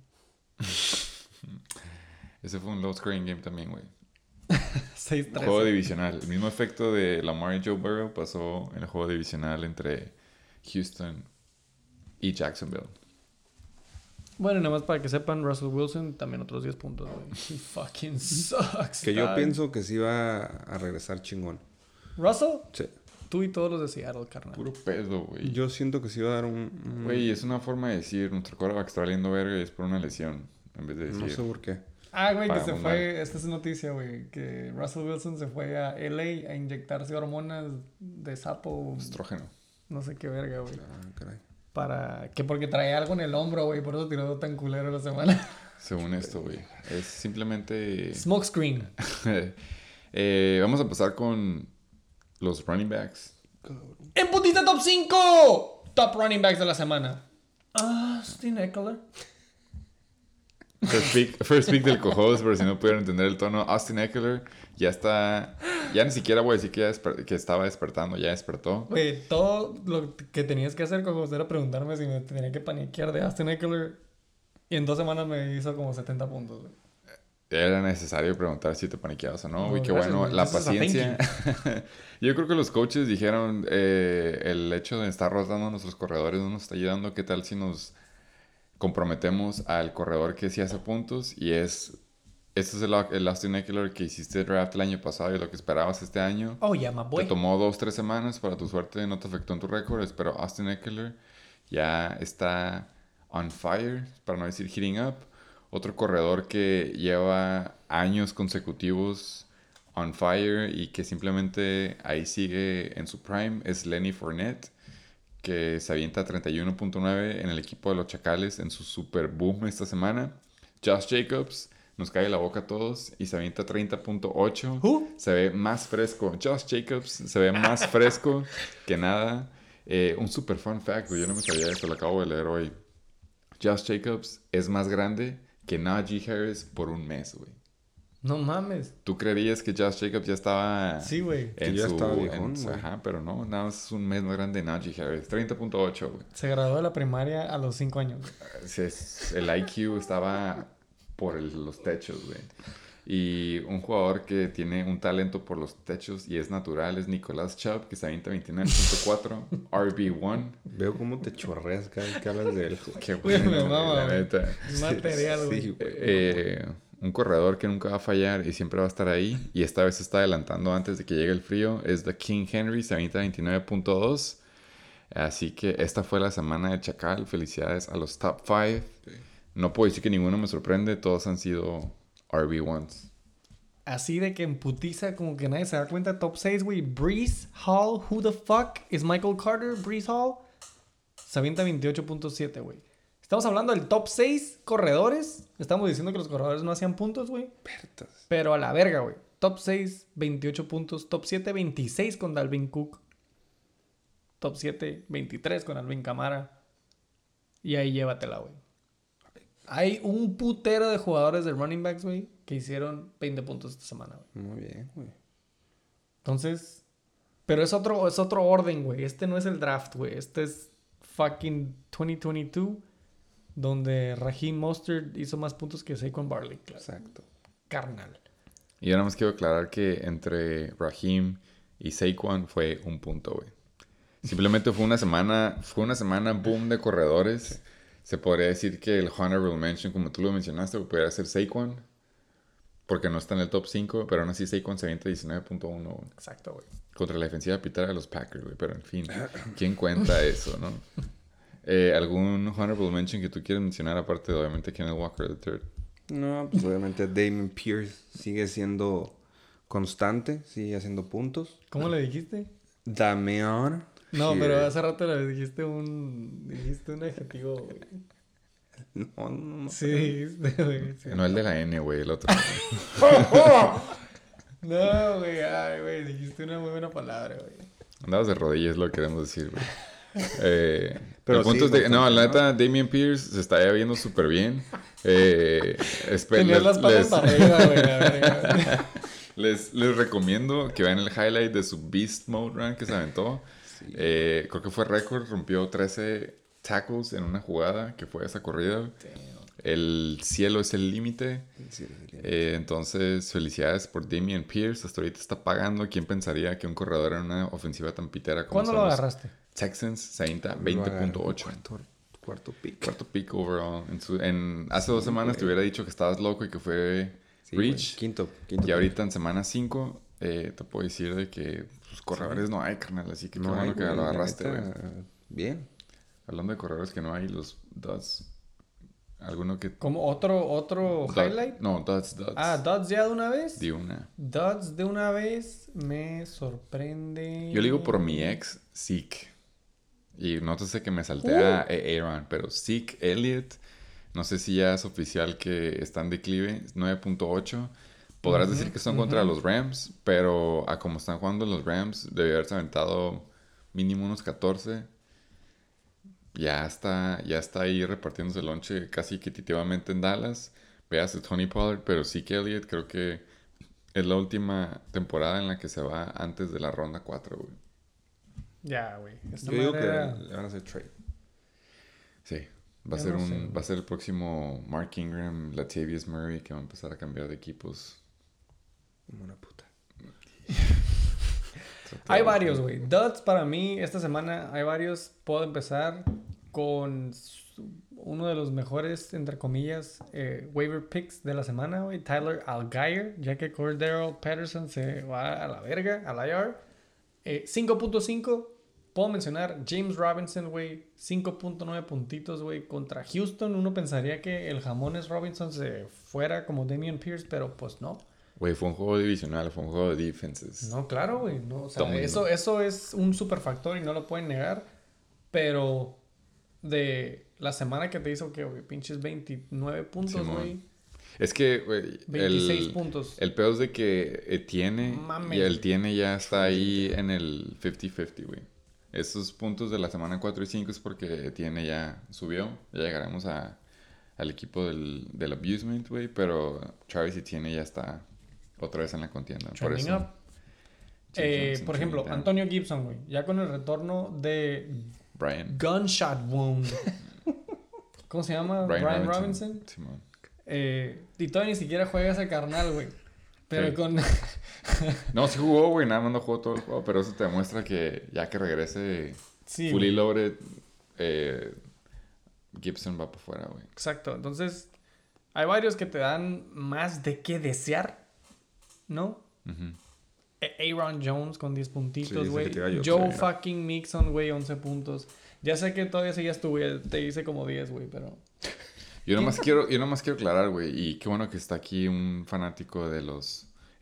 Ese fue un low scoring game también, güey. seis tres. Juego divisional. El mismo efecto de Lamar y Joe Burrow pasó en el juego divisional entre Houston y Jacksonville. Bueno, nada más para que sepan, Russell Wilson también otros diez puntos, güey. He fucking sucks. Que yo dog. pienso que sí va a regresar chingón. ¿Russell? Sí. Tú y todos los de Seattle, carnal. Puro pedo, güey. Yo siento que sí va a dar un... un- Güey, es una forma de decir, nuestro quarterback está valiendo verga y es por una lesión. En vez de decir... No sé por qué. Ah, güey, que se Pagamos fue, mal. esta es noticia, güey, que Russell Wilson se fue a L A a inyectarse hormonas de sapo, Estrógeno. no sé qué verga, güey, Ah, caray. para, que porque traía algo en el hombro, güey, por eso tiró tan culero la semana. Según esto, güey. Es simplemente... Smokescreen. eh, vamos a empezar con los running backs. ¡En putita top cinco! Top running backs de la semana. Austin Eckler. First pick, first pick del cojones, pero si no pudieron entender el tono, Austin Eckler ya está... Ya ni siquiera voy a decir que, ya desper- que estaba despertando, ya despertó. Güey, todo lo que tenías que hacer con José era preguntarme si me tenía que paniquear de Austin Eckler. Y en dos semanas me hizo como setenta puntos, güey. Era necesario preguntar si te paniqueabas o no, No, güey. Qué gracias, bueno, güey. la Entonces, a paciencia. Yo creo que los coaches dijeron, eh, el hecho de estar rotando a nuestros corredores no nos está ayudando. ¿Qué tal si nos comprometemos al corredor que sí hace puntos? Y es... Este es el, el Austin Eckler que hiciste draft el año pasado y lo que esperabas este año. Oh, yeah, my boy. Te tomó dos, tres semanas. Para tu suerte no te afectó en tu récord. Pero Austin Eckler ya está on fire, para no decir heating up. Otro corredor que lleva años consecutivos on fire y que simplemente ahí sigue en su prime es Lenny Fournette, que se avienta treinta y uno punto nueve en el equipo de los Chacales en su super boom esta semana. Josh Jacobs nos cae la boca a todos y se avienta treinta punto ocho. Who? Se ve más fresco. Josh Jacobs se ve más fresco que nada. Eh, un super fun fact, güey, yo no me sabía esto, lo acabo de leer hoy. Josh Jacobs es más grande que Najee Harris por un mes, güey. No mames. ¿Tú creerías que Josh Jacobs ya estaba Sí, güey. en Que ya su... estaba en viejón, su- güey. ajá, pero no, nada más es un mes más grande de Najee Harris. treinta punto ocho, güey. Se graduó de la primaria a los cinco años. Sí, es- el I Q estaba por el- los techos, güey. Y un jugador que tiene un talento por los techos y es natural es Nicolás Chubb, que se avienta veintinueve punto cuatro, R B uno. Veo cómo te chorreas cada vez que hablas de él. Qué Güey, bueno, me güey, mama, la güey. neta. Material, güey. Sí, güey. Eh, un corredor que nunca va a fallar y siempre va a estar ahí. Y esta vez se está adelantando antes de que llegue el frío. Es The King Henry, se avienta veintinueve punto dos. Así que esta fue la semana de Chacal. Felicidades a los top cinco. No puedo decir que ninguno me sorprende. Todos han sido R B unos. así de que en putiza, como que nadie se da cuenta. Top seis, güey. Breece Hall. Who the fuck is Michael Carter? Breece Hall. Se avienta veintiocho punto siete, güey. Estamos hablando del top seis corredores. Estamos diciendo que los corredores no hacían puntos, güey. Pero a la verga, güey. Top seis, veintiocho puntos. Top siete, veintiséis con Dalvin Cook. Top siete, veintitrés con Alvin Kamara. Y ahí llévatela, güey. Hay un putero de jugadores de running backs, güey, que hicieron veinte puntos esta semana, güey. Muy bien, güey. Entonces, pero es otro, es otro orden, güey. Este no es el draft, güey. Este es fucking veinte veintidós, donde Raheem Mostert hizo más puntos que Saquon Barkley. Claro. Exacto. Carnal. Y ahora más quiero aclarar que entre Raheem y Saquon fue un punto, güey. Simplemente fue una semana, fue una semana boom de corredores. Sí. Se podría decir que el honorable mention, como tú lo mencionaste, podría ser Saquon, porque no está en el top cinco, pero aún así Saquon se avienta diecinueve punto uno, güey. Exacto, güey. Contra la defensiva pitara de los Packers, güey. Pero en fin, ¿quién cuenta eso, no? Eh, ¿Algún honorable mention que tú quieras mencionar, aparte de, obviamente, Kenneth Walker the third? No, pues obviamente Dameon Pierce sigue siendo constante, sigue haciendo puntos. ¿Cómo le dijiste? Dameon. No, Pierce. pero hace rato le dijiste un... Dijiste un adjetivo, güey. No, no, no. Sí, dijiste, güey. Sí. No el de la N, güey, el otro. No, güey, ay, güey, dijiste una muy buena palabra, güey. Andabas de rodillas, lo queremos decir, güey. Eh, Pero el punto sí, es de... No, la ¿no? neta, Dameon Pierce se está viendo súper bien. Eh, espe- Tenías les, las patas les, para arriba, güey, la verga. les, les recomiendo que vean el highlight de su Beast Mode Run que se aventó. Sí. Eh, creo que fue récord, rompió trece tackles en una jugada, que fue esa corrida. Damn. El cielo es el límite. Sí, sí, sí. Eh, entonces, felicidades por Dameon Pierce. Hasta ahorita está pagando. ¿Quién pensaría que un corredor en una ofensiva tan pitera como ¿Cuándo son lo los agarraste? Texans se avienta Lo veinte agarré punto ocho? Cuarto, cuarto pick. Cuarto pick overall. En su, en, hace dos semanas güey. te hubiera dicho que estabas loco y que fue Sí, güey. Reach. Quinto, quinto. Y ahorita en semana cinco eh, te puedo decir de que pues, corredores no hay, carnal. Así que qué bueno hay, que güey, lo la agarraste, güey. neta, bien. Hablando de corredores que no hay, los Duds. ¿Alguno que...? ¿Como otro, otro Dud- highlight? No, Duds, Duds. Ah, Duds ya de una vez. Di una. Duds de una vez me sorprende. Yo le digo por mi ex, Zeke. Y no sé que me salté Uh. a Aaron, pero Zeke Elliott, no sé si ya es oficial que está en declive, nueve punto ocho. Podrás Ujú, decir que son ujú. contra los Rams, pero a como están jugando los Rams, debe haberse aventado mínimo unos catorce. Ya está, ya está ahí repartiéndose el lonche casi equitativamente en Dallas. Veas a Tony Pollard, pero Zeke Elliott creo que es la última temporada en la que se va antes de la ronda cuatro, güey. Ya, güey. Esta Yo digo madre que era- le van a hacer trade. Sí, va a Yo ser no un, sé, güey. va a ser el próximo Mark Ingram, Latavius Murray, que va a empezar a cambiar de equipos. Como una puta. Hay varios, güey. Duds para mí, esta semana hay varios. Puedo empezar con su- uno de los mejores, entre comillas, eh, waiver picks de la semana, güey. Tyler Algier, ya que Cordero Patterson se va a la verga, al I R. Eh, cinco punto cinco. Puedo mencionar James Robinson, güey. cinco punto nueve puntitos, güey. Contra Houston. Uno pensaría que el jamones Robinson se fuera como Dameon Pierce, pero pues no. Güey, fue un juego divisional, fue un juego de defenses. No, claro, güey. No, o sea, Todo mundo. eso, eso es un super factor y no lo pueden negar. Pero de la semana que te hizo, que güey, pinches veintinueve puntos, Simón. güey. Es que, güey, veintiséis el, puntos. el peor es de que eh, tiene, Mames. y el tiene ya está ahí en el cincuenta cincuenta, güey. Esos puntos de la semana cuatro y cinco es porque tiene ya subió. Ya llegaremos a, al equipo del, del abusement, güey. Pero Travis y tiene ya está otra vez en la contienda. Por Trending eso. up. Sí, Eh, sí, por sí, ejemplo, down. Antonio Gibson, güey. Ya con el retorno de Brian. Gunshot Wound. ¿Cómo se llama? Brian, Robinson. Simón. Eh, y todavía ni siquiera juega ese carnal, güey. Pero Sí. con... No, sí jugó, güey. Nada más no jugó todo el juego. Pero eso te demuestra que ya que regrese sí, fully güey. loaded, eh, Gibson va por fuera, güey. Exacto. Entonces, hay varios que te dan más de qué desear, ¿no? Ujú. Eh, Aaron Jones con diez Sí, puntitos, ese güey. que te iba yo, Joe sí. fucking Mixon, güey, once puntos. Ya sé que todavía seguías tú, güey. Te hice como diez, güey, pero... Yo nomás quiero, yo nomás quiero aclarar, güey, y qué bueno que está aquí un fanático de los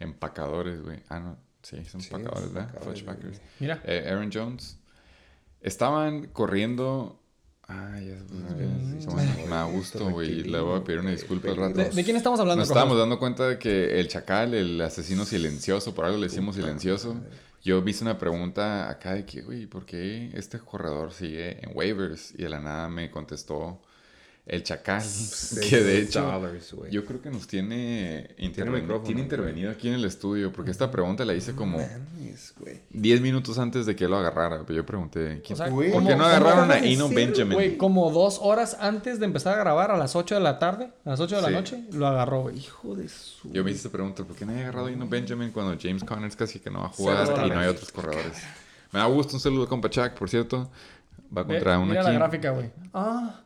empacadores, güey. Ah, no. Sí, son Sí, empacadores, ¿verdad? empacadores, Fudge Packers. güey. Mira. Eh, Aaron Jones. Estaban corriendo... Ay, ya, pues, bien, sí, bueno, me da gusto, güey. Le voy a pedir una disculpa al rato. ¿De, de quién estamos hablando? Nos estábamos dando cuenta de que el chacal, el asesino silencioso, por algo le decimos silencioso. Yo me hice una pregunta acá de que, güey, ¿por qué este corredor sigue en waivers? Y de la nada me contestó el chacal, que de hecho Dollars, güey. yo creo que nos tiene, interven- micrófono, tiene intervenido aquí en el estudio, porque esta pregunta la hice como Mames, güey. diez minutos antes de que lo agarrara. Pero yo pregunté, ¿quién- O sea, Güey, ¿por ¿cómo- qué no cómo agarraron a acabas de Eno decir, Benjamin? Güey, como dos horas antes de empezar a grabar, a las ocho de la tarde, a las ocho de la Sí. noche, lo agarró, güey. Hijo de su... Yo me hice esta pregunta, ¿por qué no he agarrado a Eno Benjamin cuando James Connors casi que no va a jugar Cero y no hay dólares. otros corredores? Me da gusto, un saludo compa Chuck, por cierto. Va Ve, contra uno mira aquí. la gráfica, güey. Ah,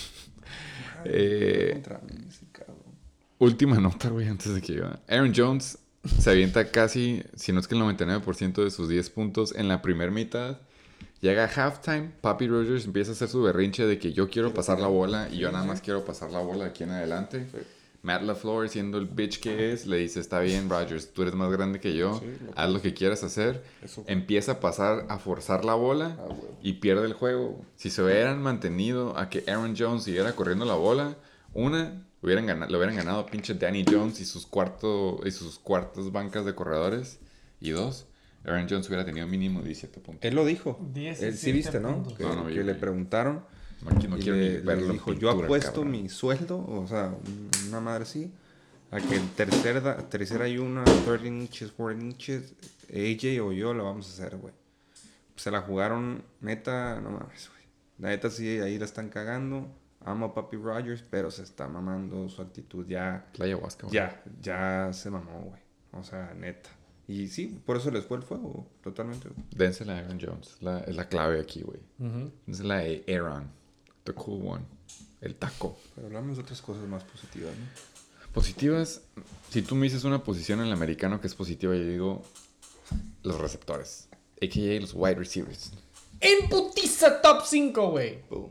Eh, Contra mí, ese cabrón. Última nota, güey, antes de que yo... Aaron Jones se avienta casi, si no es que el noventa y nueve por ciento de sus diez puntos en la primera mitad. Llega a halftime, Papi Rogers empieza a hacer su berrinche de que yo quiero pasar la bola y yo nada más quiero pasar la bola de aquí en adelante. Matt LaFleur, siendo el bitch que es, le dice, está bien, Rogers, tú eres más grande que yo, Sí, lo que- haz lo que quieras hacer. Eso- Empieza a pasar, a forzar la bola Ah, güey. y pierde el juego. Si se hubieran mantenido a que Aaron Jones siguiera corriendo la bola, una, hubieran ganado, le hubieran ganado pinche Danny Jones y sus, cuarto, y sus cuartas bancas de corredores. Y dos, Aaron Jones hubiera tenido mínimo diecisiete puntos. Él lo dijo. diecisiete Él sí viste, ¿no? puntos. Que, No, no, que yo- le preguntaron. No, qui- no y quiero le, ni le verlo en dijo, yo pintura, apuesto cabrón". mi sueldo, o sea, una madre así, a que el tercer, da- tercer hay una, trece inches, cuatro inches, A J o yo lo vamos a hacer, güey. Se la jugaron, neta, no mames, güey. La neta sí, ahí la están cagando. Amo a Papi Rogers, pero se está mamando su actitud ya. La ayahuasca, güey. Ya, ya se mamó, güey. O sea, neta. Y sí, por eso les fue el fuego, totalmente. güey. Dénsela a Aaron Jones. La, es la clave aquí, güey. Ujú. Dénsela a Aaron. The cool one. El taco. Pero hablamos de otras cosas más positivas, ¿no? Positivas. Si tú me dices una posición en el americano que es positiva, yo digo los receptores. A K A los wide receivers. En putiza top cinco, güey. Boom.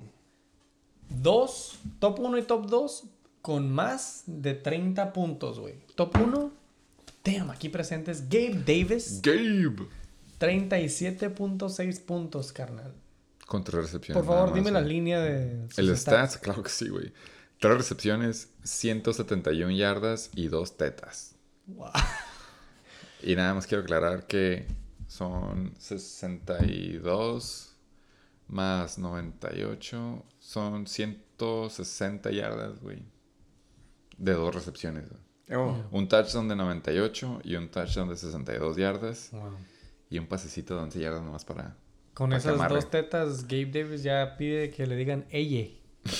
Dos, top uno y top dos con más de treinta puntos, güey. Top uno, damn, aquí presentes Gabe Davis, Gabe. treinta y siete punto seis puntos, carnal. Contra recepción. Por favor, dime la línea de sus El stats, claro que sí, güey. Tres recepciones, ciento setenta y una yardas y dos tetas. Wow. Y nada más quiero aclarar que son sesenta y dos más noventa y ocho. Son ciento sesenta yardas, güey. De dos recepciones. güey. Oh, Un touchdown de noventa y ocho y un touchdown de sesenta y dos yardas. Wow. Y un pasecito de once yardas nomás para... Con para que esas amarre. dos tetas, Gabe Davis ya pide que le digan ella.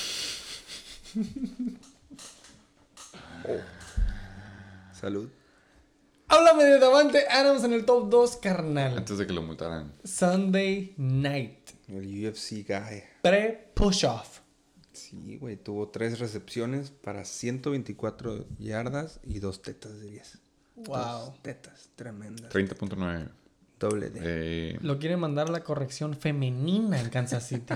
salud. Háblame de Davante Adams en el top dos, carnal. Antes de que lo multaran. Sunday night. El U F C guy. Pre-push-off. Sí, güey, tuvo tres recepciones para ciento veinticuatro yardas y dos tetas de diez. Wow. Dos tetas, tremendas. treinta punto nueve. Doble D. Eh, Lo quiere mandar a la corrección femenina en Kansas City.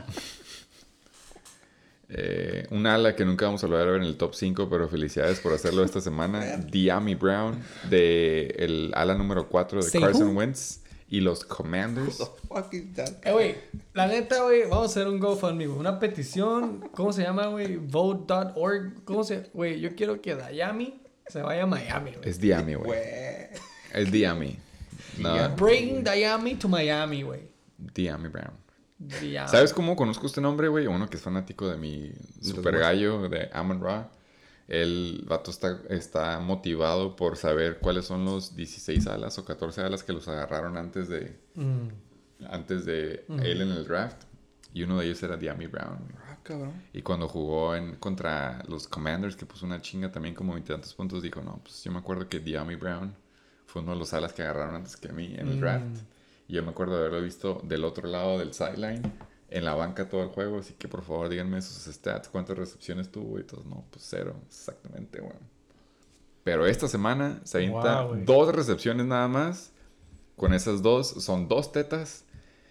eh, un ala que nunca vamos a lograr ver en el top cinco, pero felicidades por hacerlo esta semana. Diami Brown, de el ala número cuatro de Say Carson who? Wentz y los Commanders. Fuck is that? Eh, güey, la neta, güey, vamos a hacer un GoFundMe, güey. Una petición, ¿cómo se llama, güey? vote punto org. ¿Cómo se...? Güey, yo quiero que Dayami se vaya a Miami, güey. Es Diami, güey. Güey. Es Diami. No, Bring Dayami to Miami, güey. Diami Brown. Dayami. ¿Sabes cómo conozco este nombre, güey? Uno que es fanático de mi super West. gallo de Amon Ra. El vato está, está motivado por saber cuáles son los dieciséis alas o catorce alas que los agarraron antes de, Mm. antes de él en el draft. Y uno de ellos era Diami Brown. güey. Ah, cabrón. Y cuando jugó en, contra los Commanders, que puso una chinga también como veintitantos puntos, dijo, no, pues yo me acuerdo que Diami Brown fue uno de los alas que agarraron antes que a mí en el Mm. draft. Y yo me acuerdo de haberlo visto del otro lado del sideline, en la banca todo el juego. Así que por favor díganme sus stats, cuántas recepciones tuvo y todo. No, pues cero, exactamente, güey. Pero esta semana se avienta Wow, güey. dos recepciones nada más. Con esas dos, son dos tetas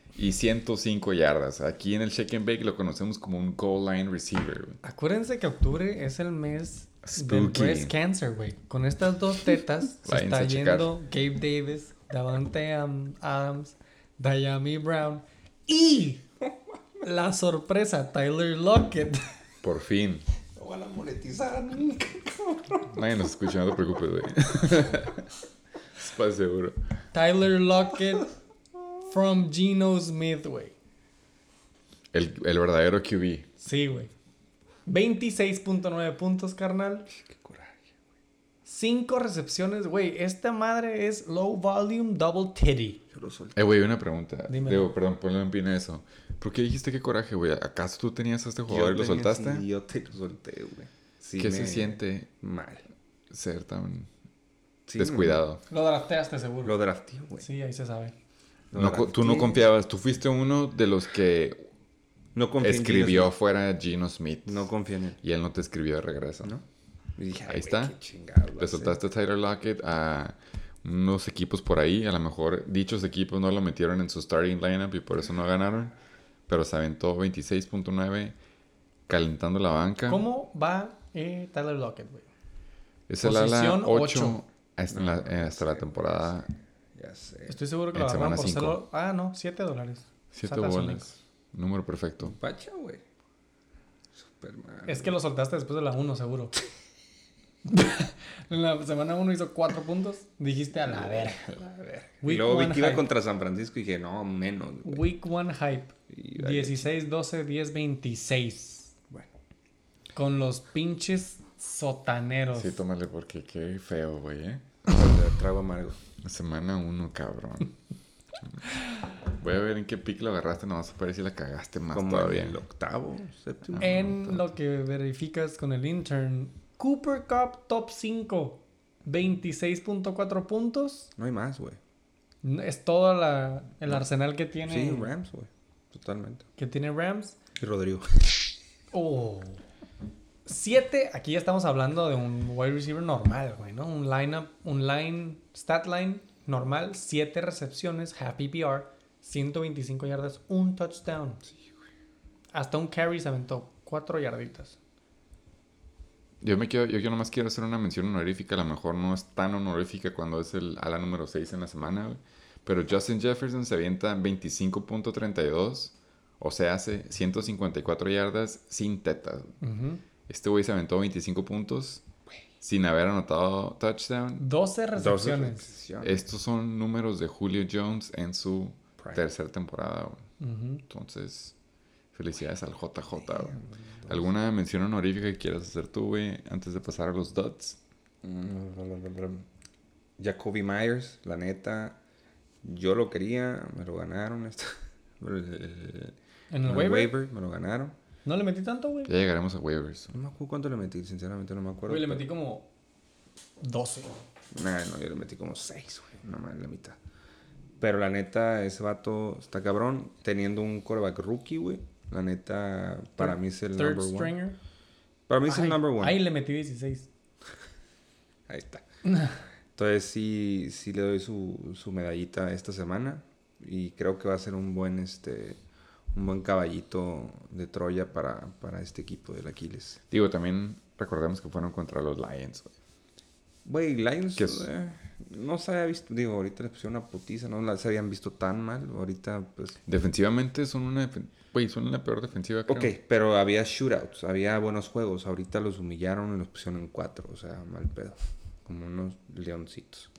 y ciento cinco yardas. Aquí en el Shake and Bake lo conocemos como un goal line receiver, güey. Acuérdense que octubre es el mes del Spooky. breast cancer, güey. Con estas dos tetas se Váyanse está a checar. yendo Gabe Davis, Davante Am- Adams, Diami Brown y la sorpresa, Tyler Lockett. Por fin. No van a monetizar nunca. Nadie nos escucha, no te preocupes, güey. Es para seguro. Tyler Lockett from Geno Smith, güey. El, el verdadero Q B. Sí, güey. veintiséis punto nueve puntos, carnal. Qué coraje. cinco recepciones, güey. Esta madre es low volume double titty. Yo lo solté. Eh, güey, una pregunta. Dímelo. Digo, perdón, ponle en pin eso. ¿Por qué dijiste qué coraje, güey? ¿Acaso tú tenías a este jugador y lo tenía- soltaste? Sí, yo te lo solté, güey. Sí ¿Qué me- se siente Mal. ser tan Sí, descuidado? Lo drafteaste, seguro. Lo drafté, güey. Sí, ahí se sabe. Lo No co- tú no drafté. confiabas. Tú fuiste uno de los que No confía en escribió Geno fuera Geno Smith. Smith. No confía en él. Y él no te escribió de regreso. ¿No? Y dije, Ahí ay, está. güey, qué chingados va Le a ser. soltaste a Tyler Lockett a unos equipos por ahí. A lo mejor dichos equipos no lo metieron en su starting lineup y por eso no ganaron. Pero se aventó veintiséis punto nueve calentando la banca. ¿Cómo va eh, Tyler Lockett, güey? Es el ala Posición ocho ocho. hasta, la, eh, hasta la temporada Ya sé. Estoy seguro que En lo agarraron semana por cinco. solo... Ah, no, siete dólares. siete Sacas un bolas. Número perfecto. Pacha, güey. Superman. Es que lo soltaste después de la uno, seguro. En la semana uno hizo cuatro puntos. Dijiste a la verga. A ver. Y Week luego vi one que iba hype. contra San Francisco y dije, no, menos, güey. Week one hype. Y vale. dieciséis, doce, diez, veintiséis. Bueno. Con los pinches sotaneros. Sí, tómale porque qué feo, güey, ¿eh? De trago amargo. Semana uno, cabrón. Voy a ver en qué pick lo agarraste, nomás para ver si la cagaste más Como todavía. en el octavo, séptimo. En lo que verificas con el intern, Cooper Cup top cinco. veintiséis punto cuatro puntos. No hay más, güey. Es todo la, el arsenal que tiene, Sí, Rams, güey. Totalmente. que tiene Rams. Y Rodrigo. Oh. Siete, aquí ya estamos hablando de un wide receiver normal, güey, ¿no? Un lineup, un line, stat line normal, siete recepciones, happy P R, ciento veinticinco yardas, un touchdown. Hasta un carry se aventó, cuatro yarditas. Yo me quiero, yo, yo nomás quiero hacer una mención honorífica. A lo mejor no es tan honorífica cuando es el ala número seis en la semana, güey. Pero Justin Jefferson se avienta veinticinco punto treinta y dos. O sea, hace ciento cincuenta y cuatro yardas sin tetas. Ujú. Este güey se aventó veinticinco puntos sin haber anotado touchdown. doce recepciones. recepciones. Estos son números de Julio Jones en su Prime. tercera temporada, güey. Ujú. Entonces, felicidades al J J, güey. ¿Alguna mención honorífica que quieras hacer tú, güey, antes de pasar a los Duds? Jacoby Myers, la neta. Yo lo quería, me lo ganaron. Esto- el- ¿En el el waiver? waiver, me lo ganaron. No le metí tanto, güey. Ya llegaremos a waivers. No me acuerdo cuánto le metí, sinceramente no me acuerdo. Güey, le pero- metí como doce. Nah, no, yo le metí como seis, güey. No más, la mitad. Pero la neta, ese vato está cabrón. Teniendo un quarterback rookie, güey. La neta, para mí es el Third number one. stringer. Para mí es el Ay, number one. Ahí le metí dieciséis. Ahí está. Entonces sí, sí le doy su, su medallita esta semana. Y creo que va a ser un buen, este, un buen caballito de Troya para, para este equipo del Aquiles. Digo, también recordemos que fueron contra los Lions, güey. Güey, Lions ¿Qué es? eh, no se había visto, digo, ahorita les pusieron una putiza, no la- se habían visto tan mal. Ahorita, pues. Defensivamente son una... defen- Güey, son la peor defensiva, creo. Ok, pero había shootouts, había buenos juegos. Ahorita los humillaron y los pusieron en cuatro, o sea, mal pedo. Como unos leoncitos.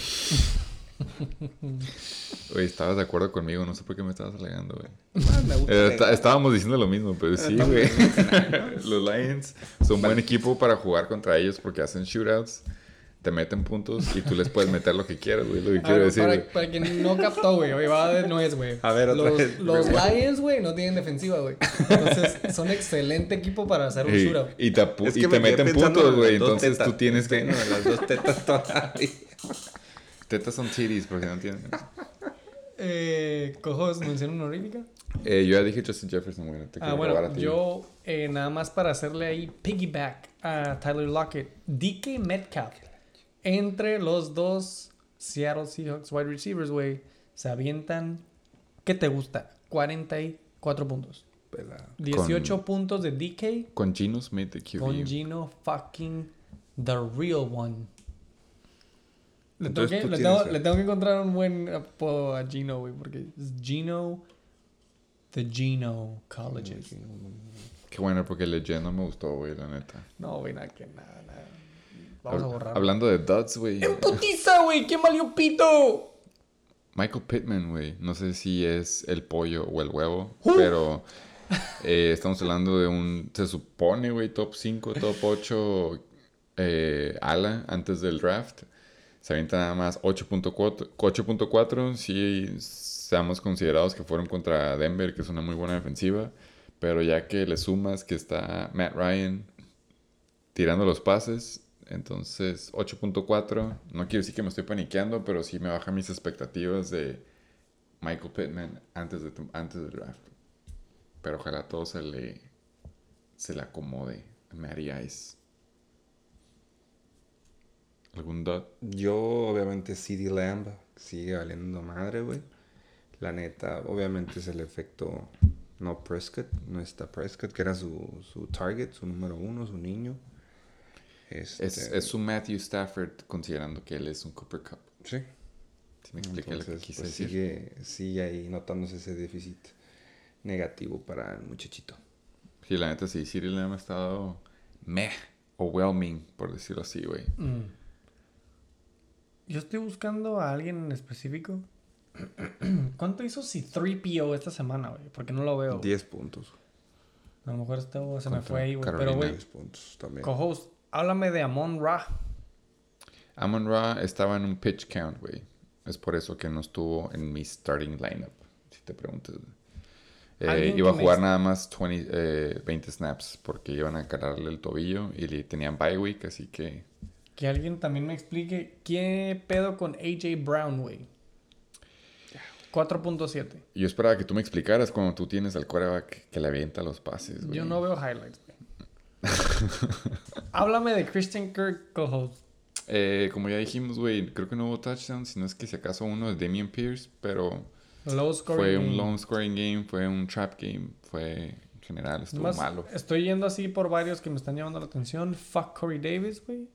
Güey, estabas de acuerdo conmigo, no sé por qué me estabas alegando, güey. Ah, me gusta Eh, leer. está- estábamos diciendo lo mismo, pero sí, güey. Los Lions son buen equipo para jugar contra ellos porque hacen shootouts, te meten puntos y tú les puedes meter lo que quieras, güey. Lo que A quiero ver, decir, para, güey. para quien no captó, güey, oye, va de nuez, güey. A ver, otra los, vez. Los Lions, güey, no tienen defensiva, güey. Entonces, son excelente equipo para hacer un Y, shootout. y te, apu- Es y que te me quedé meten pensando puntos, en güey. las dos Entonces tetas. tú tienes que... No, las dos tetas todavía. Tetas son titties, porque no entienden. Eh, Cojos, mención honorífica. Eh, yo ya dije Justin Jefferson, güey. No te Ah, quiero robar a bueno, ti. yo eh, nada más para hacerle ahí piggyback a Tyler Lockett, D K Metcalf. Entre los dos Seattle Seahawks wide receivers, güey, se avientan ¿Qué te gusta? cuarenta y cuatro puntos. Pelado. dieciocho Con- puntos de D K Con Geno Smith de Q B. con Gino fucking the real one. Le tengo, Entonces, que, tú le, tienes tengo, a- le tengo que encontrar un buen apodo a Gino, güey, porque es Gino the Gino Colleges. Qué bueno, porque Legend no me gustó, güey, la neta. No, güey, nada que nada, nada. Vamos a Hab- borrar. Hablando de Duds, güey. ¡En putiza, güey! ¡Qué valió pito! Michael Pittman, güey. No sé si es el pollo o el huevo, Uh. pero eh, estamos hablando de un, se supone, güey, top cinco, top ocho eh, ala antes del draft. Se avienta nada más ocho punto cuatro. ocho punto cuatro, sí, seamos considerados que fueron contra Denver, que es una muy buena defensiva. Pero ya que le sumas que está Matt Ryan tirando los pases, entonces ocho punto cuatro, no quiero decir que me estoy paniqueando, pero sí me baja mis expectativas de Michael Pittman antes, de, antes del draft. Pero ojalá todo se le, se le acomode a Matty Ice. ¿Algún dot? Yo, obviamente, C D Lamb sigue valiendo madre, güey. La neta, obviamente es el efecto no Prescott, no está Prescott, que era su, su target, su número uno, su niño. Este, Es, es un Matthew Stafford, considerando que él es un Cooper Cup. Sí. Si me expliqué lo que Entonces, quise pues, decir. sigue, sigue ahí notándose ese déficit negativo para el muchachito. Sí, la neta sí, City Lamb ha estado meh, overwhelming, por decirlo así, güey. Mm. Yo estoy buscando a alguien en específico. ¿Cuánto hizo C tres P O esta semana, güey? Porque no lo veo. diez puntos. A lo mejor esto se me Contra fue ahí, güey. Carolina. Pero, güey, diez puntos también. co-host, háblame de Amon Ra. Amon Ra estaba en un pitch count, güey. Es por eso que no estuvo en mi starting lineup, si te preguntas. Eh, Alguien iba a que me jugar es- nada más veinte, eh, veinte snaps porque iban a calarle el tobillo y le tenían bye week, así que... Que alguien también me explique qué pedo con A J Brown, güey. cuatro punto siete. Yo esperaba que tú me explicaras cuando tú tienes al quarterback que le avienta los pases, güey. Yo no veo highlights, güey. Háblame de Christian Kirk, co-host. Eh, como ya dijimos, güey, creo que no hubo touchdown, sino es que si acaso uno de Damian Pierce, pero Low scoring fue game. un long scoring game, fue un trap game, fue en general, estuvo Nomás malo. Estoy yendo así por varios que me están llamando la atención. Fuck Corey Davis, güey.